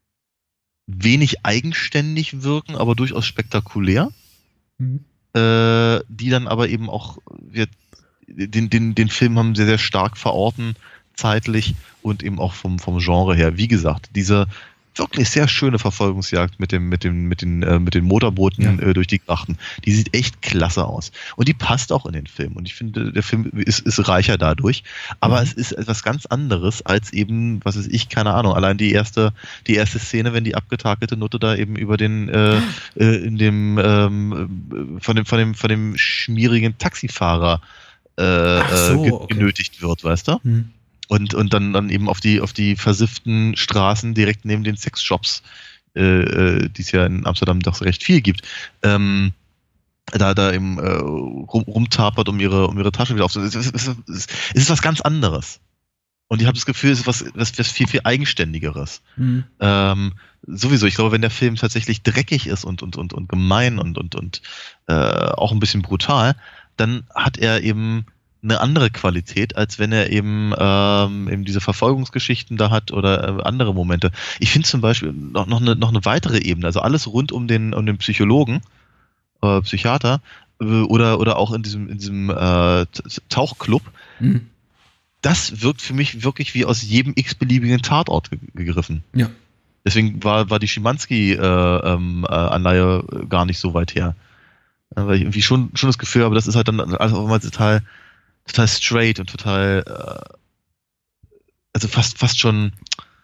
wenig eigenständig wirken, aber durchaus spektakulär. Hm. Äh, die dann aber eben auch wir, den, den, den Film haben sehr, sehr stark verorten, zeitlich und eben auch vom, vom Genre her. Wie gesagt, diese wirklich sehr schöne Verfolgungsjagd mit dem, mit dem, mit den, äh, mit den Motorbooten ja. äh, durch die Grachten. Die sieht echt klasse aus. Und die passt auch in den Film. Und ich finde, der Film ist, ist reicher dadurch. Aber mhm. es ist etwas ganz anderes als eben, was weiß ich, keine Ahnung, allein die erste, die erste Szene, wenn die abgetakelte Nutte da eben über den, äh, äh, in dem, ähm, von dem, von dem, von dem schmierigen Taxifahrer äh, so, ge- okay. genötigt wird, weißt du? Mhm. Und, und dann, dann eben auf die, auf die versifften Straßen direkt neben den Sexshops, äh, die es ja in Amsterdam doch recht viel gibt, ähm, da, da eben äh, rum, rumtapert, um ihre, um ihre Tasche wieder aufzunehmen. Es, es, es, es ist was ganz anderes. Und ich habe das Gefühl, es ist was, was, was viel, viel Eigenständigeres. Mhm. Ähm, sowieso, ich glaube, wenn der Film tatsächlich dreckig ist und, und, und, und gemein und, und, und äh, auch ein bisschen brutal, dann hat er eben eine andere Qualität, als wenn er eben, ähm, eben diese Verfolgungsgeschichten da hat oder äh, andere Momente. Ich finde zum Beispiel noch, noch, eine, noch eine weitere Ebene, also alles rund um den, um den Psychologen, äh, Psychiater äh, oder, oder auch in diesem, in diesem äh, Tauchclub. Mhm. Das wirkt für mich wirklich wie aus jedem x-beliebigen Tatort ge- gegriffen. Ja. Deswegen war, war die Schimanski-Anleihe äh, ähm, äh, gar nicht so weit her. Äh, weil ich irgendwie schon, schon das Gefühl habe, das ist halt dann also mal total total straight und total äh, also fast fast schon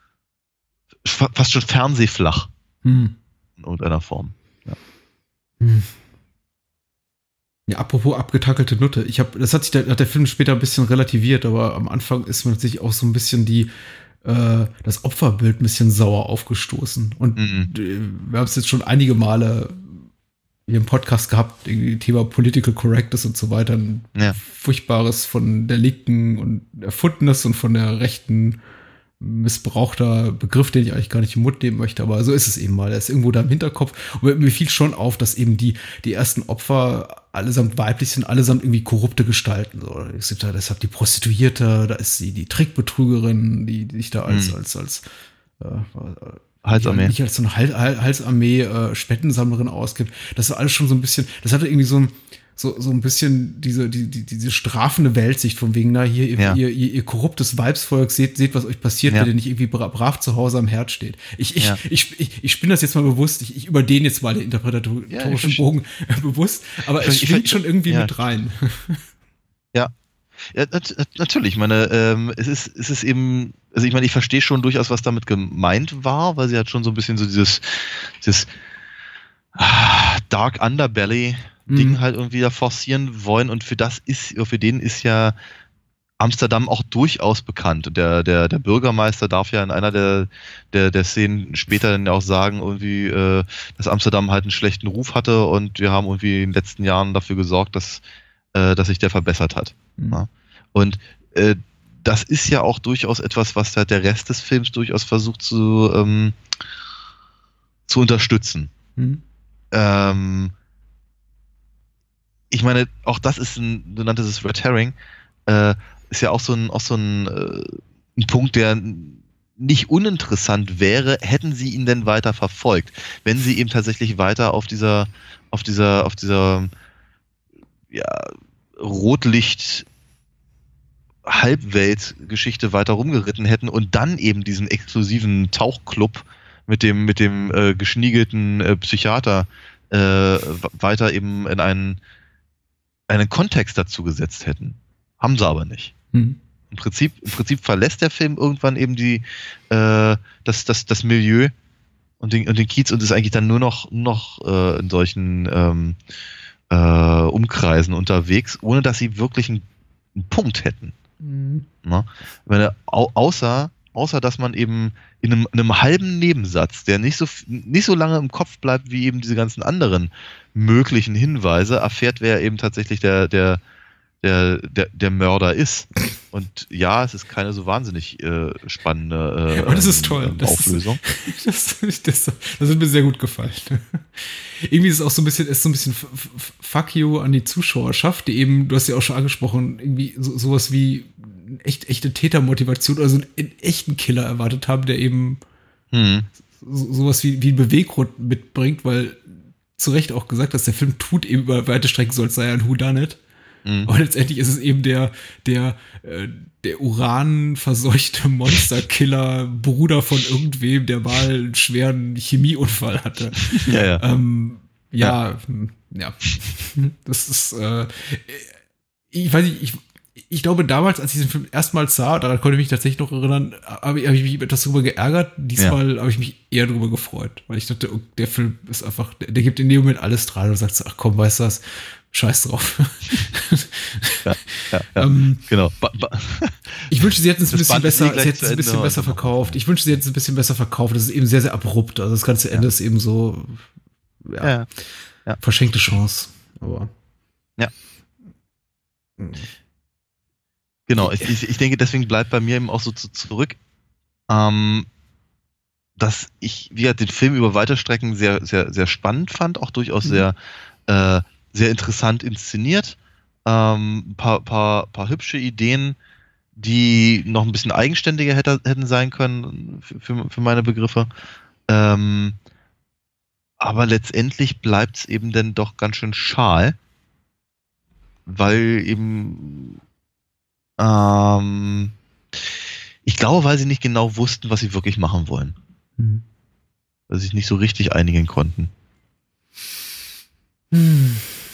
fast schon fernsehflach hm. in irgendeiner Form. Ja. Hm. Ja, apropos abgetackelte Nutte. Ich habe, das hat sich der, hat der Film später ein bisschen relativiert, aber am Anfang ist mir natürlich auch so ein bisschen die äh, das Opferbild ein bisschen sauer aufgestoßen. Und mhm. wir haben es jetzt schon einige Male hier im Podcast gehabt, irgendwie Thema Political Correctness und so weiter. Ein ja. furchtbares von der Linken und Erfundenes und von der Rechten missbrauchter Begriff, den ich eigentlich gar nicht im Mund nehmen möchte, aber so ist es eben mal. Er ist irgendwo da im Hinterkopf. Und mir fiel schon auf, dass eben die, die ersten Opfer allesamt weiblich sind, allesamt irgendwie korrupte Gestalten. So, es gibt da deshalb die Prostituierte, da ist sie die Trickbetrügerin, die, die sich da als, mhm. als, als, äh, Halsarmee. Nicht als so eine Hals- Halsarmee äh, Spendensammlerin ausgibt. Das war alles schon so ein bisschen, das hatte irgendwie so ein, so, so ein bisschen diese, die, die, diese strafende Weltsicht von wegen, na, hier, ja. ihr, ihr, ihr korruptes Weibsvolk, seht, seht, was euch passiert, ja. wenn ihr nicht irgendwie bra- brav zu Hause am Herd steht. Ich, ich, ja. ich, ich, ich spinne das jetzt mal bewusst, ich, ich überdehne jetzt mal den interpretatorischen ja, Bogen äh, bewusst, aber es schwingt ich, schon irgendwie ja. mit rein. Ja. Ja, nat- natürlich. Ich meine, ähm, es ist, es ist eben, also ich meine, ich verstehe schon durchaus, was damit gemeint war, weil sie hat schon so ein bisschen so dieses, dieses ah, Dark Underbelly Ding mhm. halt irgendwie da forcieren wollen, und für das ist, für den ist ja Amsterdam auch durchaus bekannt. Der, der, der Bürgermeister darf ja in einer der, der, der Szenen später dann auch sagen, irgendwie, äh, dass Amsterdam halt einen schlechten Ruf hatte, und wir haben irgendwie in den letzten Jahren dafür gesorgt, dass, äh, dass sich der verbessert hat. Mhm. Ja. Und äh, das ist ja auch durchaus etwas, was halt der Rest des Films durchaus versucht zu, ähm, zu unterstützen. Mhm. Ähm, ich meine, auch das ist ein, du nanntest es Red Herring, äh, ist ja auch so ein, auch so ein, äh, ein Punkt, der nicht uninteressant wäre, hätten sie ihn denn weiter verfolgt. Wenn sie eben tatsächlich weiter auf dieser, auf dieser, auf dieser, ja, Rotlicht Halbwelt-Geschichte weiter rumgeritten hätten und dann eben diesen exklusiven Tauchclub mit dem, mit dem äh, geschniegelten äh, Psychiater äh, weiter eben in einen, einen Kontext dazu gesetzt hätten. Haben sie aber nicht. Mhm. Im Prinzip, im Prinzip verlässt der Film irgendwann eben die, äh, das, das, das Milieu und den, und den Kiez und ist eigentlich dann nur noch, nur noch äh, in solchen ähm, äh, Umkreisen unterwegs, ohne dass sie wirklich einen, einen Punkt hätten. Mhm. Na? Meine, au, außer, außer, dass man eben in einem, in einem halben Nebensatz, der nicht so, nicht so lange im Kopf bleibt wie eben diese ganzen anderen möglichen Hinweise, erfährt, wer eben tatsächlich der, der, der, der, der Mörder ist. Und ja, es ist keine so wahnsinnig äh, spannende äh, Aber das ist toll. Ähm, Auflösung. Das, das, das, das hat mir sehr gut gefallen. Irgendwie ist es auch so ein bisschen, ist so ein bisschen Fuck you an die Zuschauerschaft, die eben, du hast ja auch schon angesprochen, irgendwie so, sowas wie echt, echte Tätermotivation oder so einen echten Killer erwartet haben, der eben hm. so, sowas wie, wie einen Beweggrund mitbringt, weil zu Recht auch gesagt hast, der Film tut eben über weite Strecken, soll es sei ein Whodunit. Mhm. Aber letztendlich ist es eben der, der, äh, der uranverseuchte Monsterkiller, Bruder von irgendwem, der mal einen schweren Chemieunfall hatte. Ja, ja. Ähm, ja, ja, ja. Das ist, äh, ich weiß nicht, ich, ich glaube damals, als ich den Film erstmals sah, daran konnte ich mich tatsächlich noch erinnern, habe ich, hab ich mich etwas darüber geärgert. Diesmal ja. habe ich mich eher darüber gefreut, weil ich dachte, oh, der Film ist einfach, der, der gibt in dem Moment alles dran und sagt so, ach komm, weißt du was, scheiß drauf. Ja, ja, ja. ähm, genau. Ba, ba. Ich wünsche, sie hätten es ein bisschen besser, sie hätten es ein bisschen besser verkauft. Ich wünsche, sie hätten es ein bisschen besser verkauft. Das ist eben sehr, sehr abrupt. Also das ganze Ende ja. ist eben so, ja, ja. ja. verschenkte Chance. Aber ja. Genau, ich, ich, ich denke, deswegen bleibt bei mir eben auch so zu, zurück, ähm, dass ich wie den Film über weite Strecken sehr, sehr, sehr spannend fand, auch durchaus mhm. sehr, äh, sehr interessant inszeniert. Ähm, ein paar, paar, paar hübsche Ideen, die noch ein bisschen eigenständiger hätte, hätten sein können für, für meine Begriffe. Ähm, aber letztendlich bleibt es eben dann doch ganz schön schal, weil eben Ähm, ich glaube, weil sie nicht genau wussten, was sie wirklich machen wollen. Mhm. Weil sie sich nicht so richtig einigen konnten. Hm.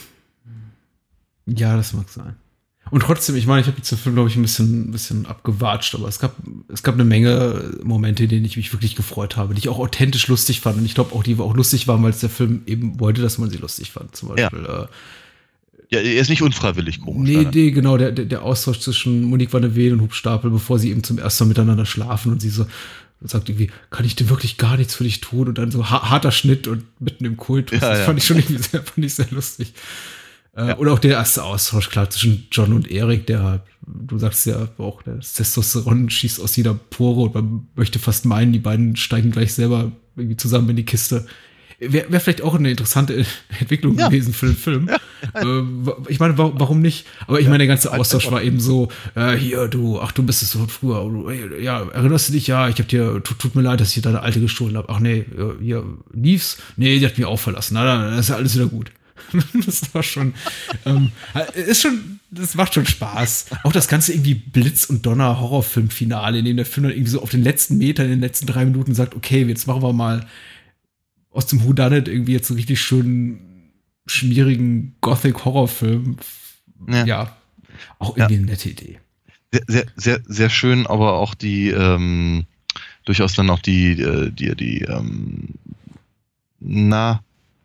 Ja, das mag sein. Und trotzdem, ich meine, ich habe jetzt den Film, glaube ich, ein bisschen, ein bisschen abgewatscht, aber es gab, es gab eine Menge Momente, in denen ich mich wirklich gefreut habe, die ich auch authentisch lustig fand. Und ich glaube auch, die auch lustig waren, weil es der Film eben wollte, dass man sie lustig fand. Zum Beispiel, ja. äh, Ja, er ist nicht unfreiwillig komisch. Nee, nee, genau, der, der, der Austausch zwischen Monique van der Weel und Hub Stapel, bevor sie eben zum ersten Mal miteinander schlafen und sie so sagt irgendwie, kann ich denn wirklich gar nichts für dich tun? Und dann so ha- harter Schnitt und mitten im Kult. Ja, das ja. fand ich schon irgendwie sehr, fand ich sehr lustig. Äh, ja. Oder auch der erste Austausch, klar, zwischen John und Erik, der, du sagst ja auch, das Testosteron schießt aus jeder Pore und man möchte fast meinen, die beiden steigen gleich selber irgendwie zusammen in die Kiste. Wäre wär vielleicht auch eine interessante Entwicklung ja. gewesen für den Film. Ja. Äh, ich meine, warum, warum nicht? Aber ich meine, der ganze Austausch war eben so, äh, hier, du, ach, du bist es so früher. Ja, erinnerst du dich? Ja, ich hab dir, tut, tut mir leid, dass ich deine Alte gestohlen habe. Ach nee, hier, lief's? Nee, die hat mich auch verlassen. Na, dann ist ja alles wieder gut. Das war schon, ähm, ist schon, das macht schon Spaß. Auch das ganze irgendwie Blitz- und Donner-Horrorfilm-Finale, in dem der Film dann irgendwie so auf den letzten Metern, in den letzten drei Minuten sagt, okay, jetzt machen wir mal aus dem Whodunit irgendwie jetzt so richtig schönen, schmierigen Gothic-Horrorfilm. Ja. ja, auch irgendwie ja. eine nette Idee. Sehr, sehr, sehr, sehr schön, aber auch die, ähm, durchaus dann auch die, äh, die, die, ähm, na,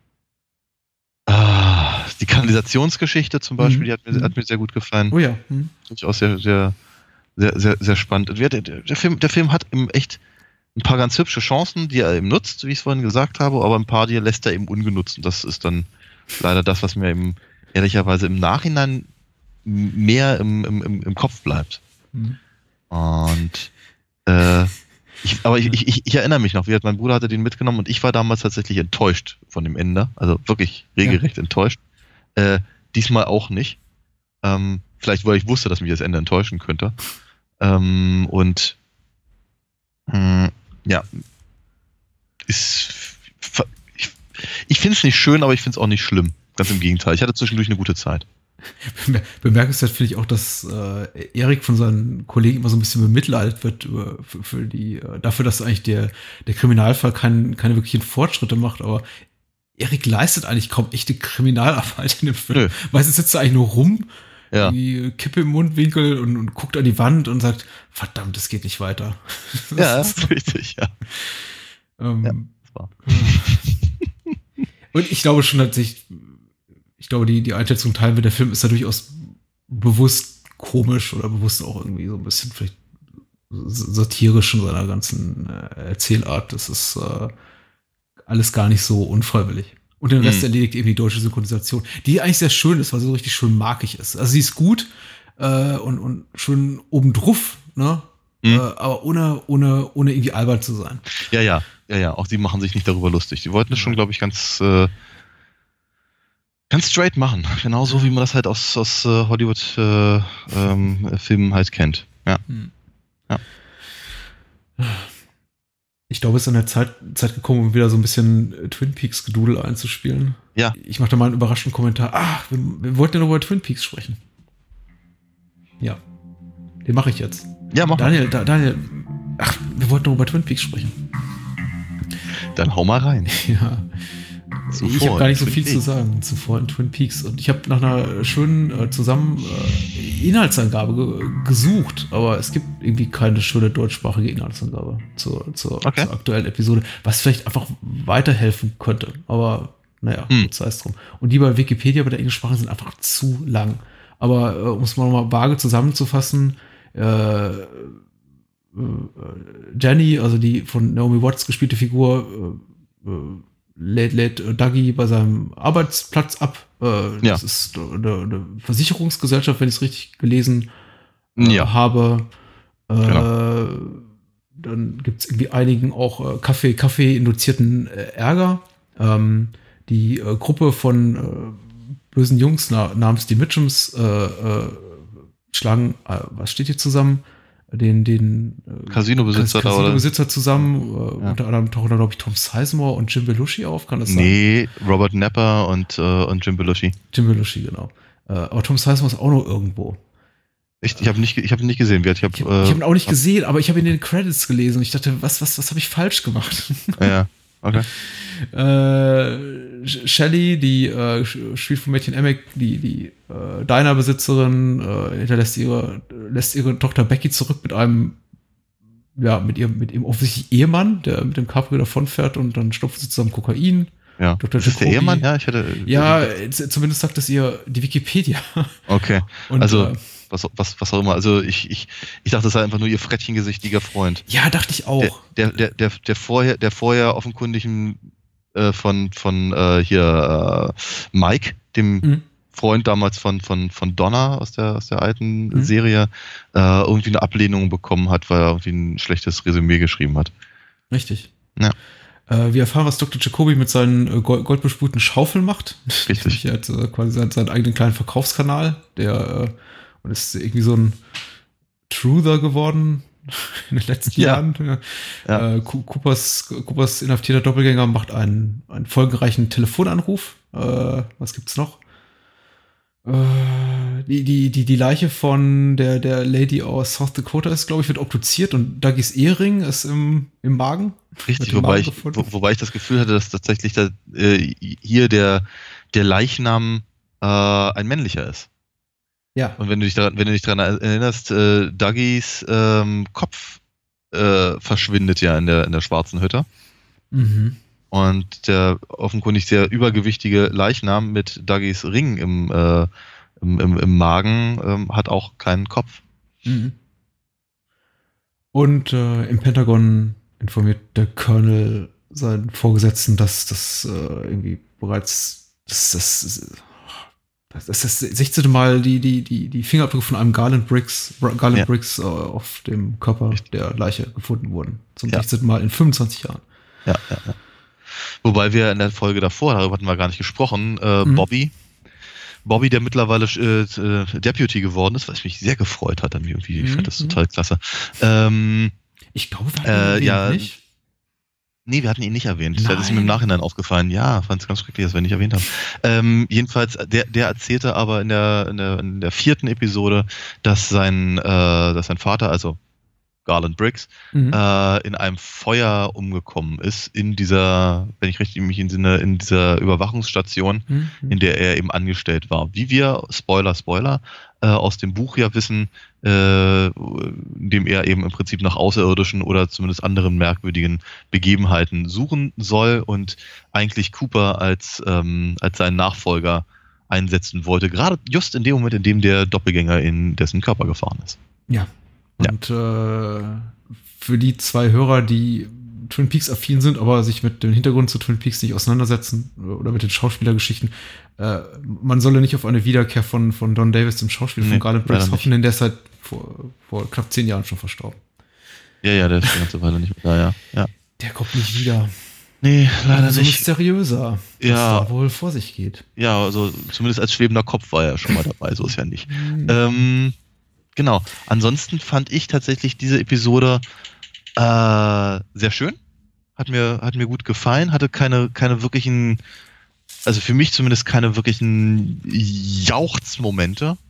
ah, die Kanalisationsgeschichte zum Beispiel, mhm. die hat mir, hat mir sehr gut gefallen. Oh ja. Mhm. Durchaus sehr, sehr, sehr, sehr, sehr spannend. Der, der, der, Film, der Film hat eben echt ein paar ganz hübsche Chancen, die er eben nutzt, wie ich es vorhin gesagt habe, aber ein paar, die lässt er eben ungenutzt. Und das ist dann leider das, was mir eben ehrlicherweise im Nachhinein mehr im, im, im Kopf bleibt. Mhm. Und äh, ich, aber ich, ich, ich erinnere mich noch, wie hat mein Bruder hatte den mitgenommen und ich war damals tatsächlich enttäuscht von dem Ende. Also wirklich regelrecht ja. enttäuscht. Äh, diesmal auch nicht. Ähm, vielleicht, weil ich wusste, dass mich das Ende enttäuschen könnte. Ähm, und mh, ja, ist, ich, ich finde es nicht schön, aber ich finde es auch nicht schlimm. Ganz im Gegenteil. Ich hatte zwischendurch eine gute Zeit. Bemerkenswert finde ich auch, dass äh, Erik von seinen Kollegen immer so ein bisschen bemitleidet wird äh, für, für die, äh, dafür, dass eigentlich der, der Kriminalfall kein, keine wirklichen Fortschritte macht, aber Erik leistet eigentlich kaum echte Kriminalarbeit in dem Film. Nö. Meistens sitzt er eigentlich nur rum, ja. die Kippe im Mundwinkel und, und guckt an die Wand und sagt, verdammt, es geht nicht weiter. Das ja, das ist richtig, ja. Ähm, ja das war. Und ich glaube schon, dass ich Ich glaube, die, die Einschätzung teilen wir, der Film ist da durchaus bewusst komisch oder bewusst auch irgendwie so ein bisschen vielleicht satirisch in seiner ganzen äh, Erzählart. Das ist äh, alles gar nicht so unfreiwillig. Und den Rest mhm. erledigt eben die deutsche Synchronisation, die eigentlich sehr schön ist, weil sie so richtig schön markig ist. Also sie ist gut äh, und, und schön obendruff, ne? Mhm. Äh, aber ohne, ohne, ohne irgendwie albern zu sein. Ja, ja, ja, ja. Auch die machen sich nicht darüber lustig. Die wollten es schon, glaube ich, ganz äh Ganz straight machen, genauso wie man das halt aus, aus uh, Hollywood-Filmen äh, ähm, halt kennt. Ja. Hm. ja. Ich glaube, es ist an der Zeit, Zeit gekommen, um wieder so ein bisschen Twin Peaks-Gedudel einzuspielen. Ja. Ich mache da mal einen überraschenden Kommentar. Ach, wir, wir wollten ja noch über Twin Peaks sprechen. Ja. Den mache ich jetzt. Ja, mach Daniel, da, Daniel, ach, wir wollten noch über Twin Peaks sprechen. Dann hau mal rein. Ja. Zuvor ich habe gar nicht so Twin viel Peaks. zu sagen zuvor in Twin Peaks. Und ich habe nach einer schönen äh, zusammen äh, Inhaltsangabe ge gesucht, aber es gibt irgendwie keine schöne deutschsprachige Inhaltsangabe zur, zur, Okay. zur aktuellen Episode, was vielleicht einfach weiterhelfen könnte. Aber naja, Hm. gut, sei es drum. Und die bei Wikipedia bei der englischsprachigen sind einfach zu lang. Aber äh, um es mal nochmal vage zusammenzufassen, äh, äh, Jenny, also die von Naomi Watts gespielte Figur, äh, äh, lädt, lädt Dougie bei seinem Arbeitsplatz ab. Äh, Ja. Das ist eine, eine Versicherungsgesellschaft, wenn ich es richtig gelesen äh, Ja. habe. Äh, Genau. Dann gibt es irgendwie einigen auch äh, Kaffee, Kaffee-induzierten äh, Ärger. Ähm, die äh, Gruppe von äh, bösen Jungs na, namens die Mitchums äh, äh, schlagen, äh, was steht hier zusammen? Den, den äh, Casino-Besitzer da, oder? Casino-Besitzer zusammen. Äh, Ja. Unter anderem tauchen da, glaube ich, Tom Sizemore und Jim Belushi auf, kann das sein? Nee, Robert Napper und, äh, und Jim Belushi. Jim Belushi, genau. Äh, aber Tom Sizemore ist auch noch irgendwo. Echt? Ich habe nicht, ge- ich hab ihn nicht gesehen. Ich habe Ich, äh, ich habe ihn auch nicht gesehen, aber ich habe in den Credits gelesen und ich dachte, was, was, was habe ich falsch gemacht? Ja, okay. äh, Shelley, die äh, spielt von Mädchen Emick, die, die äh, Diner-Besitzerin, äh, hinterlässt ihre, lässt ihre Tochter Becky zurück mit einem, ja, mit ihrem, mit ihrem offensichtlich Ehemann, der mit dem Cabrio davonfährt und dann stopfen sie zusammen Kokain. Ja. Doktor Ist das der Jacobi. Ehemann? Ja, ich hätte. Ja, z- zumindest sagt das ihr die Wikipedia. Okay. Und, also, äh, was, was, was auch immer. Also, ich, ich, ich dachte, das sei einfach nur ihr frettchengesichtiger Freund. ja, dachte ich auch. Der, der, der, der, vorher, der vorher offenkundig äh, von, von äh, hier äh, Mike, dem Mhm. Freund damals von, von, von Donna aus der, aus der alten Mhm. Serie, äh, irgendwie eine Ablehnung bekommen hat, weil er irgendwie ein schlechtes Resümee geschrieben hat. Richtig. Ja. Äh, wir erfahren, was Doktor Jacobi mit seinen äh, gold- goldbespulten Schaufeln macht. Richtig. Er hat äh, quasi seinen, seinen eigenen kleinen Verkaufskanal, der äh, und ist irgendwie so ein Truther geworden in den letzten Ja. Jahren. Ja. Ja. Äh, Ku- Coopers, Coopers inhaftierter Doppelgänger macht einen, einen folgenreichen Telefonanruf. Äh, was gibt's noch? Äh, die, die, die, die Leiche von der, der Lady aus South Dakota ist, glaube ich, wird obduziert und Dougies Ehering ist im, im Magen. Richtig, Mit dem wobei Magen ich, gefunden. wo, wobei ich das Gefühl hatte, dass tatsächlich da, äh, hier der, der Leichnam äh, ein männlicher ist. Ja. Und wenn du dich daran, wenn du dich daran erinnerst, äh, Dougies ähm, Kopf äh, verschwindet ja in der, in der schwarzen Hütte. Mhm. Und der offenkundig sehr übergewichtige Leichnam mit Dougies Ring im, äh, im, im, im Magen ähm, hat auch keinen Kopf. Mhm. Und äh, im Pentagon informiert der Colonel seinen Vorgesetzten, dass das äh, irgendwie bereits das, das, das, das, das sechzehnte Mal die, die, die, die Fingerabdrücke von einem Garland Briggs, Garland Ja. Briggs äh, auf dem Körper der Leiche gefunden wurden. Zum Ja. sechzehnten Mal in fünfundzwanzig Jahren. Ja, ja, ja. Wobei wir in der Folge davor, darüber hatten wir gar nicht gesprochen, äh, Mhm. Bobby, Bobby, der mittlerweile äh, äh, Deputy geworden ist, was mich sehr gefreut hat, an mir irgendwie. Ich Mhm. fand das total klasse. Ähm, Ich glaube, wir Äh, hatten ihn ja, nicht. nee, wir hatten ihn nicht erwähnt. Das ist mir Nein. im Nachhinein aufgefallen. Ja, fand es ganz schrecklich, dass wir ihn nicht erwähnt haben. Ähm, jedenfalls, der, der erzählte aber in der, in der, in der vierten Episode, dass sein, äh, dass sein Vater, also Garland Briggs, Mhm. äh, in einem Feuer umgekommen ist, in dieser, wenn ich richtig mich entsinne, in dieser Überwachungsstation, Mhm. in der er eben angestellt war. Wie wir, Spoiler, Spoiler, äh, aus dem Buch ja wissen, äh, in dem er eben im Prinzip nach außerirdischen oder zumindest anderen merkwürdigen Begebenheiten suchen soll und eigentlich Cooper als, ähm, als seinen Nachfolger einsetzen wollte, gerade just in dem Moment, in dem der Doppelgänger in dessen Körper gefahren ist. Ja. Und äh, für die zwei Hörer, die Twin Peaks affin sind, aber sich mit dem Hintergrund zu Twin Peaks nicht auseinandersetzen oder mit den Schauspielergeschichten, äh, man solle nicht auf eine Wiederkehr von, von Don Davis, dem Schauspieler Nee, von Garland Briggs, leider hoffen, denn der ist halt vor, vor knapp zehn Jahren schon verstorben. Ja, ja, der ist eine ganze Weile nicht mehr da, ja. ja. Der kommt nicht wieder. Nee, leider So nicht. mysteriöser, was Ja. da wohl vor sich geht. Ja, also zumindest als schwebender Kopf war er schon mal dabei, so ist ja nicht. Ähm, genau. Ansonsten fand ich tatsächlich diese Episode äh, sehr schön. Hat mir, hat mir gut gefallen. Hatte keine, keine wirklichen, also für mich zumindest keine wirklichen Jauchzmomente.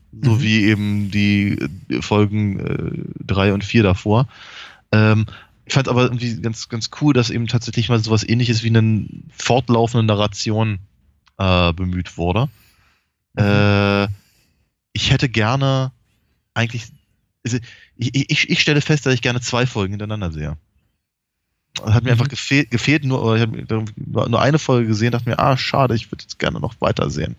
so Mhm. wie eben die äh, Folgen äh, drei und vier davor. Ähm, ich fand aber irgendwie ganz, ganz cool, dass eben tatsächlich mal sowas ähnliches wie eine fortlaufende Narration äh, bemüht wurde. Mhm. Äh, ich hätte gerne eigentlich, also ich, ich, ich stelle fest, dass ich gerne zwei Folgen hintereinander sehe. Hat mir Mhm. einfach gefehlt, gefehlt nur, oder ich habe nur eine Folge gesehen, dachte mir, ah, schade, ich würde jetzt gerne noch weiter sehen.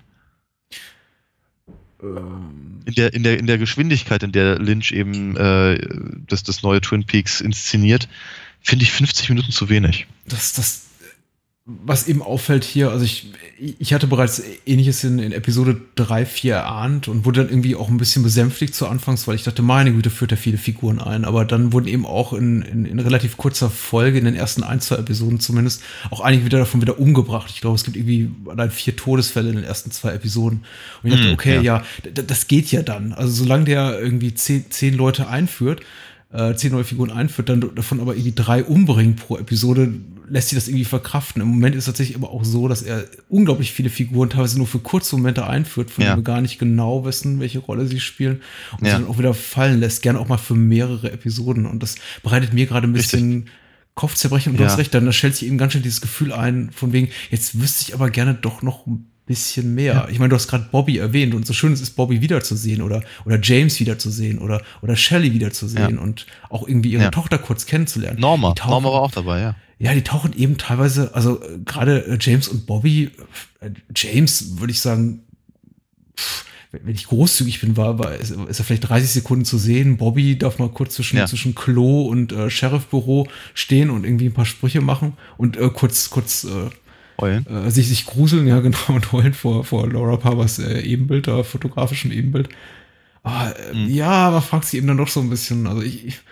Ähm, In der, in der, in der Geschwindigkeit, in der Lynch eben äh, das, das neue Twin Peaks inszeniert, finde ich fünfzig Minuten zu wenig. das, das, was eben auffällt hier, also ich, ich hatte bereits Ähnliches in, in Episode drei, vier erahnt und wurde dann irgendwie auch ein bisschen besänftigt zu Anfangs, weil ich dachte, meine Güte, führt er viele Figuren ein. Aber dann wurden eben auch in, in, in relativ kurzer Folge, in den ersten ein, zwei Episoden zumindest, auch einige wieder davon wieder umgebracht. Ich glaube, es gibt irgendwie allein vier Todesfälle in den ersten zwei Episoden. Und ich dachte, Hm, okay, ja. ja, d- das geht ja dann. Also solange der irgendwie zehn, zehn Leute einführt, äh, zehn neue Figuren einführt, dann davon aber irgendwie drei umbringen pro Episode, lässt sich das irgendwie verkraften. Im Moment ist es tatsächlich aber auch so, dass er unglaublich viele Figuren teilweise nur für kurze Momente einführt, von Ja. denen wir gar nicht genau wissen, welche Rolle sie spielen und Ja. sie dann auch wieder fallen lässt, gerne auch mal für mehrere Episoden. Und das bereitet mir gerade ein bisschen Kopfzerbrechen. Und du Ja. hast recht, dann da stellt sich eben ganz schnell dieses Gefühl ein, von wegen, jetzt wüsste ich aber gerne doch noch ein bisschen mehr. Ja. Ich meine, du hast gerade Bobby erwähnt und so schön es ist, Bobby wiederzusehen oder, oder James wiederzusehen oder, oder Shelley wiederzusehen Ja. und auch irgendwie ihre Ja. Tochter kurz kennenzulernen. Norma, Die tauchen- Norma war auch dabei, ja. Ja, die tauchen eben teilweise, also äh, gerade äh, James und Bobby, äh, James würde ich sagen, pff, wenn wenn ich großzügig bin, war, war ist, ist er vielleicht dreißig Sekunden zu sehen. Bobby darf mal kurz zwischen, Ja. zwischen Klo und äh, Sheriffbüro stehen und irgendwie ein paar Sprüche machen und äh, kurz, kurz äh, Heulen. äh, sich, sich gruseln, ja genau, und heulen vor, vor Laura Palmers äh, Ebenbild, da fotografischem Ebenbild. Aber, äh, Mhm. ja, man fragt sich eben dann doch so ein bisschen, also ich, ich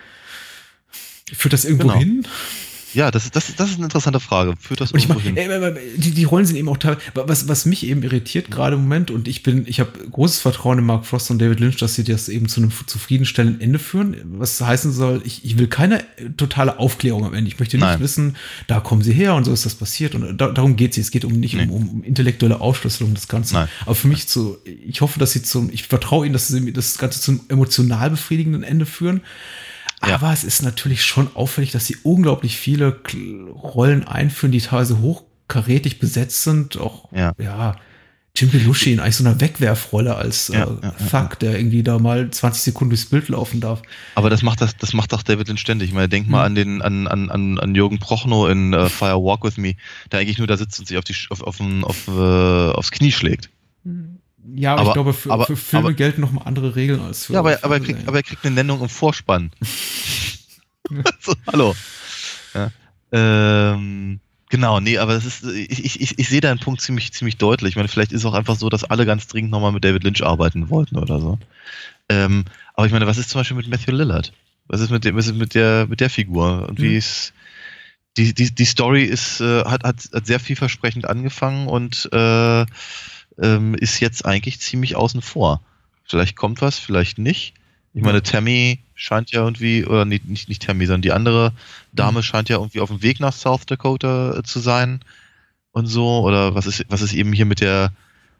führt das irgendwo Genau. hin? Ja, das ist, das, ist- das ist eine interessante Frage. Führt das Und ich irgendwo meine, hin? äh, äh, die, die Rollen sind eben auch teilweise, was, was mich eben irritiert gerade im Moment, und ich bin, ich habe großes Vertrauen in Mark Frost und David Lynch, dass sie das eben zu einem zufriedenstellenden Ende führen. Was heißen soll, ich, ich will keine äh, totale Aufklärung am Ende. Ich möchte nicht Nein. wissen, da kommen sie her und so ist das passiert. Und da, darum geht es. Es geht um nicht Nee. um, um, um intellektuelle Aufschlüsselung des Ganzen. Nein. Aber für mich zu, ich hoffe, dass sie zum, ich vertraue ihnen, dass sie das Ganze zum emotional befriedigenden Ende führen. Ja. Aber es ist natürlich schon auffällig, dass sie unglaublich viele K- Rollen einführen, die teilweise hochkarätig besetzt sind. Auch, Ja. ja, Jim Belushi in eigentlich so einer Wegwerfrolle als Ja, äh, ja, ja, Fuck, der irgendwie da mal zwanzig Sekunden durchs Bild laufen darf. Aber das macht das, das macht doch David Lynch ständig. Ich meine, denk mal Mhm. an den, an, an, an, an Jürgen Prochnow in äh, Fire Walk With Me, der eigentlich nur da sitzt und sich auf die, auf, auf, ein- auf, äh, aufs Knie schlägt. Ja, aber, Aber- ich glaube, für, aber- für Filme aber- gelten noch mal andere Regeln als für Ja, aber, für aber, er Fernsehen. kriegt, aber er kriegt eine Nennung im Vorspann. so, hallo. Ja. Ähm, genau, nee, aber das ist, ich, ich, ich, ich sehe deinen Punkt ziemlich, ziemlich deutlich. Ich meine, vielleicht ist es auch einfach so, dass alle ganz dringend nochmal mit David Lynch arbeiten wollten oder so. Ähm, aber ich meine, was ist zum Beispiel mit Matthew Lillard? Was ist mit dem, was ist mit der, mit der Figur? Und wie Mhm. ist, die, die, die Story ist, äh, hat, hat, hat sehr vielversprechend angefangen und äh, ähm, ist jetzt eigentlich ziemlich außen vor. Vielleicht kommt was, vielleicht nicht. Ich meine, Tammy scheint ja irgendwie, oder nicht, nicht, nicht Tammy, sondern die andere Dame scheint ja irgendwie auf dem Weg nach South Dakota äh, zu sein und so. Oder was ist, was ist eben hier mit der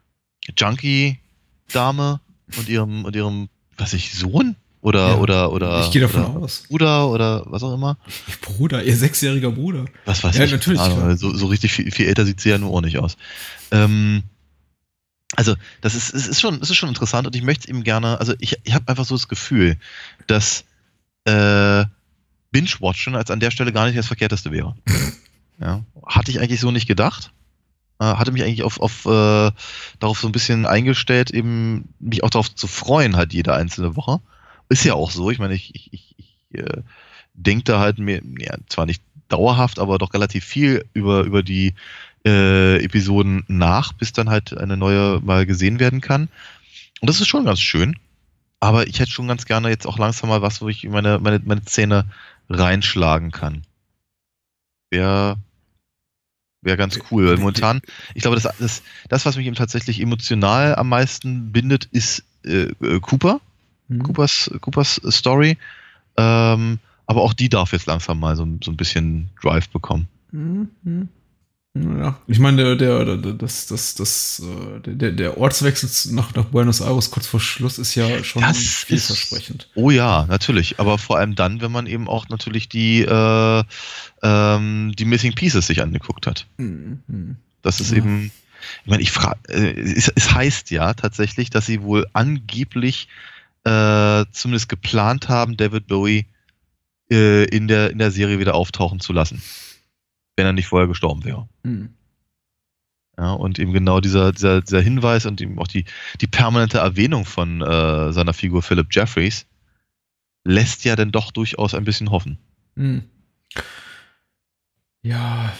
Junkie-Dame und ihrem, und ihrem, was weiß ich, Sohn? Oder, Ja, oder, oder. ich gehe davon oder aus. Bruder oder was auch immer. Ihr Bruder, ihr sechsjähriger Bruder. Was weiß Ja, ich. natürlich, keine Ahnung, klar. so, so richtig viel, viel älter sieht sie ja nur auch nicht aus. Ähm, also, das ist, es ist schon, es ist schon interessant und ich möchte es eben gerne, also ich, ich habe einfach so das Gefühl, dass äh, Binge-Watchen als an der Stelle gar nicht das Verkehrteste wäre. Ja. Hatte ich eigentlich so nicht gedacht. Äh, hatte mich eigentlich auf, auf äh, darauf so ein bisschen eingestellt, eben mich auch darauf zu freuen, halt jede einzelne Woche. Ist ja auch so. Ich meine, ich, ich, ich, ich äh, denke da halt mir, ja, zwar nicht dauerhaft, aber doch relativ viel über, über die äh, Episoden nach, bis dann halt eine neue mal gesehen werden kann. Und das ist schon ganz schön. Aber ich hätte schon ganz gerne jetzt auch langsam mal was, wo ich meine, meine, meine Zähne reinschlagen kann. Wäre wäre ganz cool. Weil momentan, ich glaube, das, das, das, was mich eben tatsächlich emotional am meisten bindet, ist äh, äh, Cooper. Mhm. Coopers, Coopers Story. Ähm, aber auch die darf jetzt langsam mal so, so ein bisschen Drive bekommen. Mhm. Ja, ich meine, der, der, der, das, das, das, der, der Ortswechsel nach, nach Buenos Aires kurz vor Schluss ist ja schon Das vielversprechend. Ist, oh ja, natürlich. Aber vor allem dann, wenn man eben auch natürlich die, äh, ähm, die Missing Pieces sich angeguckt hat. Mhm. Das ist ja. eben, ich meine, ich frage, äh, es, es heißt ja tatsächlich, dass sie wohl angeblich äh, zumindest geplant haben, David Bowie äh, in der, in der Serie wieder auftauchen zu lassen. Wenn er nicht vorher gestorben wäre. Mhm. Ja, und eben genau dieser, dieser, dieser Hinweis und eben auch die, die permanente Erwähnung von äh, seiner Figur Philip Jeffries lässt ja dann doch durchaus ein bisschen hoffen. Mhm. Ja,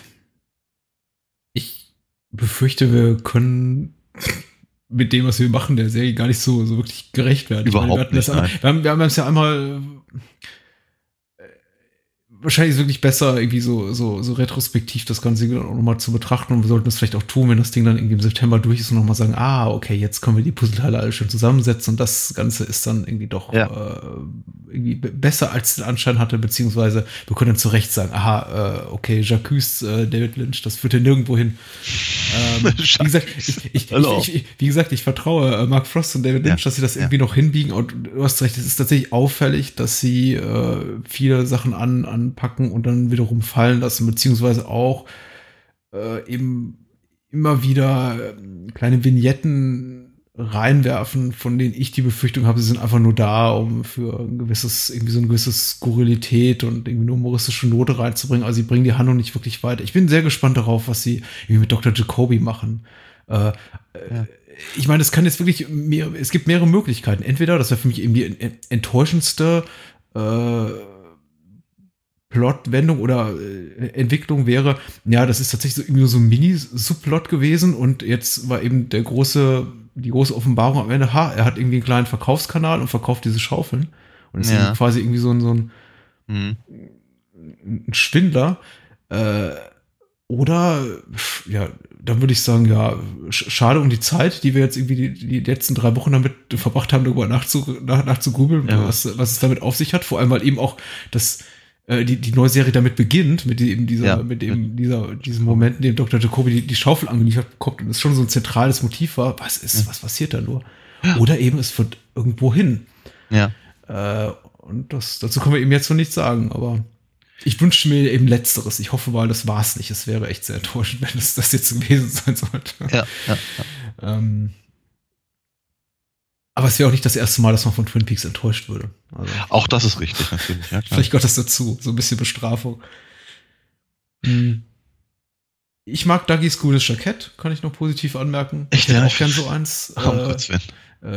ich befürchte, wir können mit dem, was wir machen, der Serie gar nicht so, so wirklich gerecht werden. Überhaupt ich meine, wir nicht. Wir haben, wir haben es ja einmal wahrscheinlich ist es wirklich besser, irgendwie so, so, so retrospektiv das Ganze nochmal zu betrachten, und wir sollten das vielleicht auch tun, wenn das Ding dann irgendwie im September durch ist und nochmal sagen, ah, okay, jetzt können wir die Puzzleteile alle schön zusammensetzen und das Ganze ist dann irgendwie doch ja. äh, irgendwie besser, als den Anschein hatte, beziehungsweise wir können dann zu Recht sagen, aha, äh, okay, Jacques, äh, David Lynch, das führt ja nirgendwo hin. Ähm, wie, gesagt, ich, ich, ich, ich, wie gesagt, ich vertraue äh, Mark Frost und David Lynch, ja. dass sie das irgendwie ja. noch hinbiegen, und du hast recht, es ist tatsächlich auffällig, dass sie äh, viele Sachen an, an packen und dann wiederum fallen lassen, beziehungsweise auch äh, eben immer wieder äh, kleine Vignetten reinwerfen, von denen ich die Befürchtung habe, sie sind einfach nur da, um für ein gewisses, irgendwie so eine gewisse Skurrilität und irgendwie eine humoristische Note reinzubringen. Also sie bringen die Handlung nicht wirklich weiter. Ich bin sehr gespannt darauf, was sie irgendwie mit Doktor Jacoby machen. Äh, ja. Ich meine, es kann jetzt wirklich mehr, es gibt mehrere Möglichkeiten. Entweder, das wäre für mich eben die enttäuschendste äh, Plotwendung oder äh, Entwicklung wäre, ja, das ist tatsächlich so irgendwie so ein Mini-Subplot gewesen, und jetzt war eben der große, die große Offenbarung am Ende, ha, er hat irgendwie einen kleinen Verkaufskanal und verkauft diese Schaufeln und ist ja. quasi irgendwie so ein, so ein, mhm. ein Schwindler. Äh, oder, ja, dann würde ich sagen, ja, schade um die Zeit, die wir jetzt irgendwie die, die letzten drei Wochen damit verbracht haben, darüber nachzu, nach, nachzugoogeln, ja. was, was es damit auf sich hat. Vor allem, weil eben auch das Die, die neue Serie damit beginnt, mit dem, dieser, ja. mit dem, dieser, diesem Moment, in dem Doktor Jacoby die, die Schaufel angeliefert bekommt und es schon so ein zentrales Motiv war, was ist, ja. was passiert da nur? Oder eben, es wird irgendwo hin. Ja. Äh, und das, dazu können wir eben jetzt noch nichts sagen, aber ich wünsche mir eben Letzteres. Ich hoffe mal, das war es nicht. Es wäre echt sehr enttäuschend, wenn es das jetzt gewesen sein sollte. Ja, ja, ja. Ähm, Aber es wäre auch nicht das erste Mal, dass man von Twin Peaks enttäuscht würde. Also, auch das ist richtig, natürlich. Ja, vielleicht gehört das dazu, so ein bisschen Bestrafung. Hm. Ich mag Dougies grünes Jackett, kann ich noch positiv anmerken. Ich hätte auch gern so eins. Oh, äh, Gottes Willen.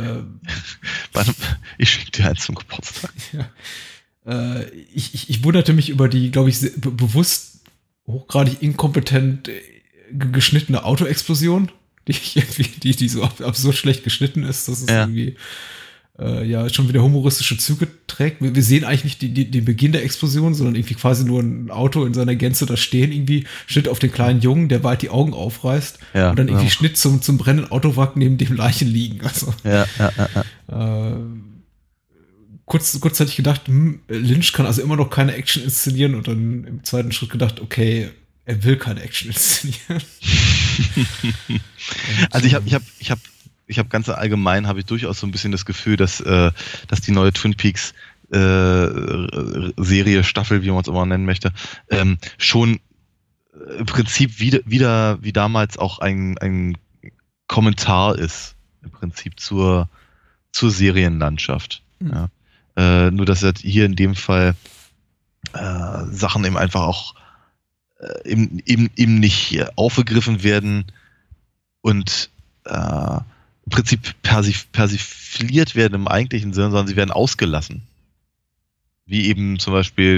Äh, ich schicke dir eins zum Geburtstag. Ja. Äh, ich, ich, ich wunderte mich über die, glaube ich, be- bewusst hochgradig inkompetent äh, geschnittene Autoexplosion. Die, die, die so absurd schlecht geschnitten ist, dass es ja. irgendwie äh, ja schon wieder humoristische Züge trägt. Wir, wir sehen eigentlich nicht die, die, den Beginn der Explosion, sondern irgendwie quasi nur ein Auto in seiner Gänze da stehen, irgendwie Schnitt auf den kleinen Jungen, der weit die Augen aufreißt, ja, und dann irgendwie ja. Schnitt zum, zum brennenden Autowrack neben dem Leichen liegen. Also, ja, ja, ja, ja. Äh, kurz, kurzzeitig gedacht, hm, Lynch kann also immer noch keine Action inszenieren, und dann im zweiten Schritt gedacht, okay, er will keine Action inszenieren. Also ich habe, ich habe, ich habe, ich habe ganz allgemein habe ich durchaus so ein bisschen das Gefühl, dass, äh, dass die neue Twin Peaks äh, Serie, Staffel, wie man es immer nennen möchte, ähm, schon im Prinzip wieder, wieder wie damals auch ein, ein Kommentar ist, im Prinzip zur, zur Serienlandschaft. Mhm. Ja. Äh, nur dass halt hier in dem Fall äh, Sachen eben einfach auch Eben, eben, eben nicht aufgegriffen werden und äh, im Prinzip persif- persifliert werden im eigentlichen Sinne, sondern sie werden ausgelassen. Wie eben zum Beispiel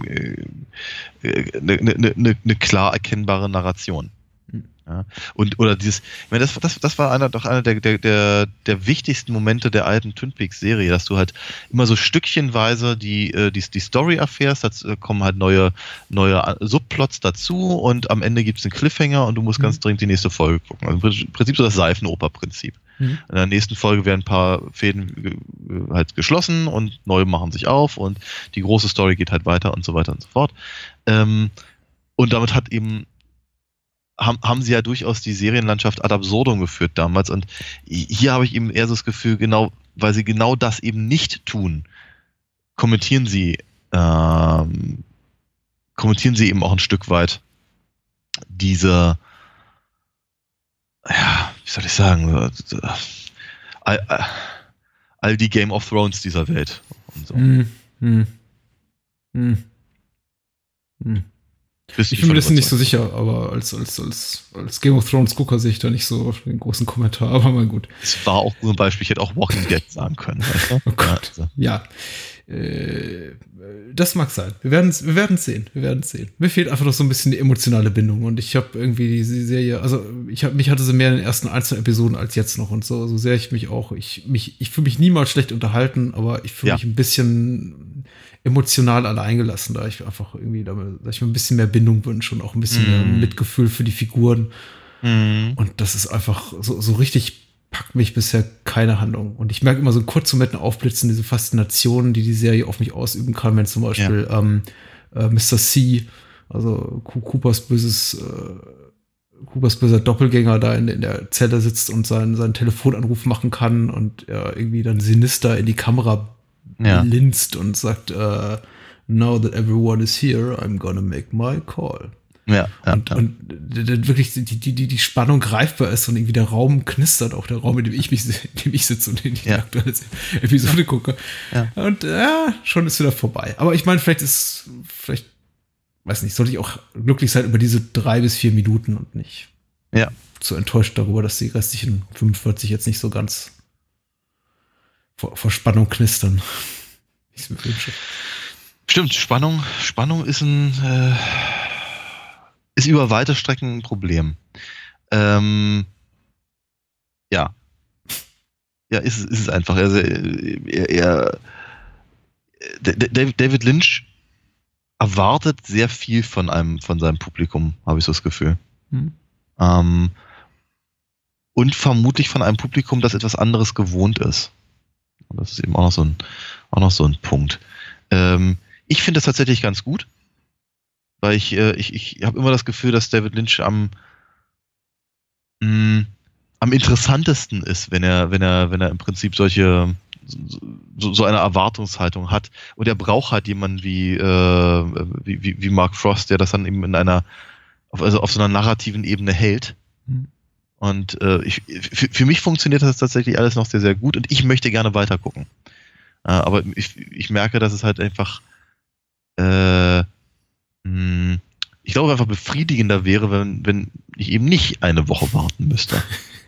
eine äh, äh, ne, ne klar erkennbare Narration. Ja, und oder dieses, ich meine, das, das, das war einer doch einer der, der, der, der wichtigsten Momente der alten Twin Peaks Serie, dass du halt immer so stückchenweise die, die, die Story erfährst, da kommen halt neue, neue Subplots dazu und am Ende gibt es einen Cliffhanger und du musst mhm. ganz dringend die nächste Folge gucken. Also im Prinzip so das Seifenoper-Prinzip. Mhm. In der nächsten Folge werden ein paar Fäden halt geschlossen und neue machen sich auf und die große Story geht halt weiter und so weiter und so fort. Ähm, und damit hat eben haben, haben sie ja durchaus die Serienlandschaft ad absurdum geführt damals. Und hier habe ich eben eher so das Gefühl, genau, weil sie genau das eben nicht tun, kommentieren sie, ähm, kommentieren sie eben auch ein Stück weit diese, ja, wie soll ich sagen, all, all die Game of Thrones dieser Welt. Und so. Hm, hm, hm, hm. Ich bin mir das nicht so sicher, aber als, als, als, als Game of Thrones Gucker sehe ich da nicht so den großen Kommentar, aber mal gut. Es war auch zum Beispiel, ich hätte auch Walking Dead sagen können. Weißt du? Oh Gott, ja. Also. ja. Äh, das mag sein. Wir werden es wir werden's sehen. Wir werden es sehen. Mir fehlt einfach noch so ein bisschen die emotionale Bindung und ich habe irgendwie diese Serie, also ich hab, mich hatte sie mehr in den ersten einzelnen Episoden als jetzt noch und so, so sehr ich mich auch, ich, mich, ich fühle mich niemals schlecht unterhalten, aber ich fühle ja. mich ein bisschen emotional alleingelassen, da ich einfach irgendwie, da ich mir ein bisschen mehr Bindung wünsche und auch ein bisschen mm. mehr Mitgefühl für die Figuren. Mm. Und das ist einfach so, so richtig packt mich bisher keine Handlung. Und ich merke immer so in kurzen Momenten aufblitzen, diese Faszination, die die Serie auf mich ausüben kann, wenn zum Beispiel ja. ähm, äh, Mister C, also Coopers böses, äh, Coopers böser Doppelgänger da in, in der Zelle sitzt und seinen, seinen Telefonanruf machen kann und er irgendwie dann sinister in die Kamera ja. linst und sagt, uh, now that everyone is here, I'm gonna make my call. Ja, ja, und, ja. und wirklich die, die, die, die Spannung greifbar ist und irgendwie der Raum knistert, auch der Raum, in dem ich mich, in dem ich sitze und in die ja. aktuelle Episode gucke. Ja. Und ja, schon ist wieder vorbei. Aber ich meine, vielleicht ist, vielleicht, weiß nicht, sollte ich auch glücklich sein über diese drei bis vier Minuten und nicht ja. zu enttäuscht darüber, dass die restlichen fünfundvierzig jetzt nicht so ganz vor, vor Spannung knistern. Ich mir wünsche. Stimmt, Spannung, Spannung ist ein äh ist über weite Strecken ein Problem. Ähm, ja. Ja, ist, ist es einfach. Also, er, er, David Lynch erwartet sehr viel von einem, von seinem Publikum, habe ich so das Gefühl. Mhm. Ähm, und vermutlich von einem Publikum, das etwas anderes gewohnt ist. Und das ist eben auch noch so ein, auch noch so ein Punkt. Ähm, ich finde das tatsächlich ganz gut. Weil ich, äh, ich, ich habe immer das Gefühl, dass David Lynch am, mh, am interessantesten ist, wenn er, wenn er, wenn er im Prinzip solche, so, so eine Erwartungshaltung hat. Und er braucht halt jemanden wie, äh, wie, wie, wie Mark Frost, der das dann eben in einer, auf, also auf so einer narrativen Ebene hält. Mhm. Und äh, ich, für, für mich funktioniert das tatsächlich alles noch sehr, sehr gut und ich möchte gerne weiter gucken. Äh, aber ich, ich merke, dass es halt einfach, äh, ich glaube, einfach befriedigender wäre, wenn, wenn ich eben nicht eine Woche warten müsste.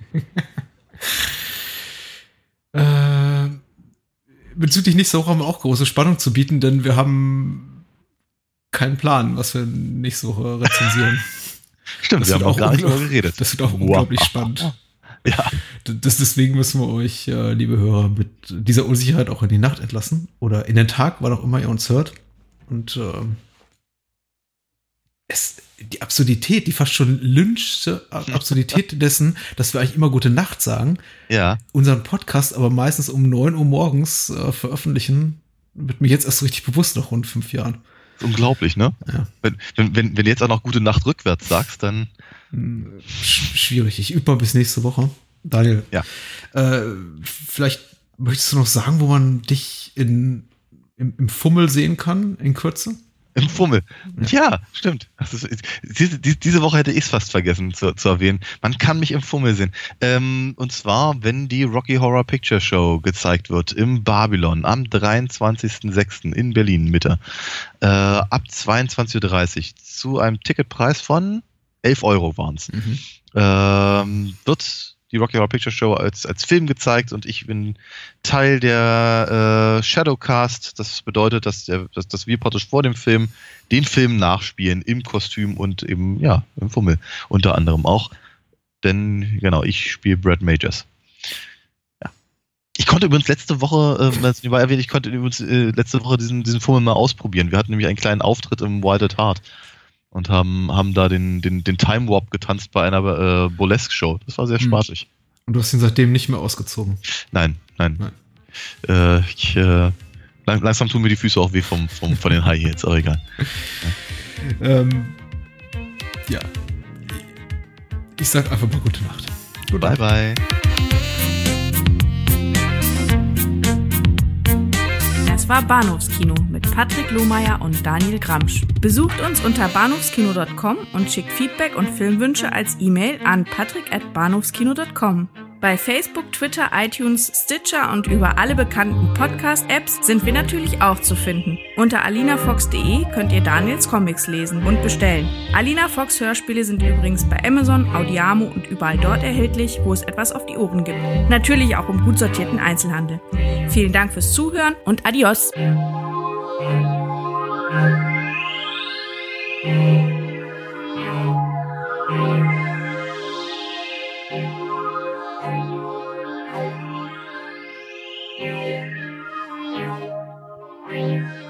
äh, bezüglich nächster Woche haben wir auch große Spannung zu bieten, denn wir haben keinen Plan, was wir nächste Woche rezensieren. Stimmt, das wir haben auch gar nicht darüber geredet. Das wird auch wow. unglaublich spannend. Ja. Das, deswegen müssen wir euch, äh, liebe Hörer, mit dieser Unsicherheit auch in die Nacht entlassen oder in den Tag, wann auch immer ihr uns hört. Und äh, Es, die Absurdität, die fast schon Lynch'sche Absurdität dessen, dass wir eigentlich immer gute Nacht sagen, ja. unseren Podcast aber meistens um neun Uhr morgens äh, veröffentlichen, wird mir jetzt erst richtig bewusst nach rund fünf Jahren. Unglaublich, ne? Ja. Wenn, wenn, wenn, wenn du jetzt auch noch gute Nacht rückwärts sagst, dann Sch- schwierig. Ich übe mal bis nächste Woche. Daniel, ja. äh, vielleicht möchtest du noch sagen, wo man dich in, im, im Fummel sehen kann, in Kürze? Im Fummel. Ja, ja stimmt. Also, diese, diese Woche hätte ich es fast vergessen zu, zu erwähnen. Man kann mich im Fummel sehen. Ähm, und zwar, wenn die Rocky Horror Picture Show gezeigt wird im Babylon am dreiundzwanzigsten sechsten in Berlin Mitte. Äh, ab zweiundzwanzig Uhr dreißig zu einem Ticketpreis von elf Euro waren es. Mhm. Ähm, wird die Rocky Horror Picture Show als, als Film gezeigt und ich bin Teil der äh, Shadowcast. Das bedeutet, dass, der, dass, dass wir praktisch vor dem Film den Film nachspielen im Kostüm und eben, ja, im Fummel unter anderem auch. Denn, genau, ich spiele Brad Majors. Ja. Ich konnte übrigens letzte Woche, äh, das war erwähnt, ich konnte übrigens äh, letzte Woche diesen, diesen Fummel mal ausprobieren. Wir hatten nämlich einen kleinen Auftritt im Wild at Heart und haben, haben da den, den, den Time Warp getanzt bei einer äh, Burlesque-Show. Das war sehr spaßig. Und du hast ihn seitdem nicht mehr ausgezogen? Nein, nein. nein. Äh, ich, äh, lang, langsam tun mir die Füße auch weh vom, vom, von den High Heels, aber egal. Ja. ähm, ja. Ich sag einfach mal gute Nacht. Gute bye, bye. Das war Bahnhofskino mit Patrick Lohmeier und Daniel Gramsch. Besucht uns unter bahnhofskino punkt com und schickt Feedback und Filmwünsche als E-Mail an patrick at bahnhofskino punkt com. Bei Facebook, Twitter, iTunes, Stitcher und über alle bekannten Podcast-Apps sind wir natürlich auch zu finden. Unter alina fox punkt de könnt ihr Daniels Comics lesen und bestellen. Alina Fox Hörspiele sind übrigens bei Amazon, Audiamo und überall dort erhältlich, wo es etwas auf die Ohren gibt. Natürlich auch im gut sortierten Einzelhandel. Vielen Dank fürs Zuhören und adios! Yeah.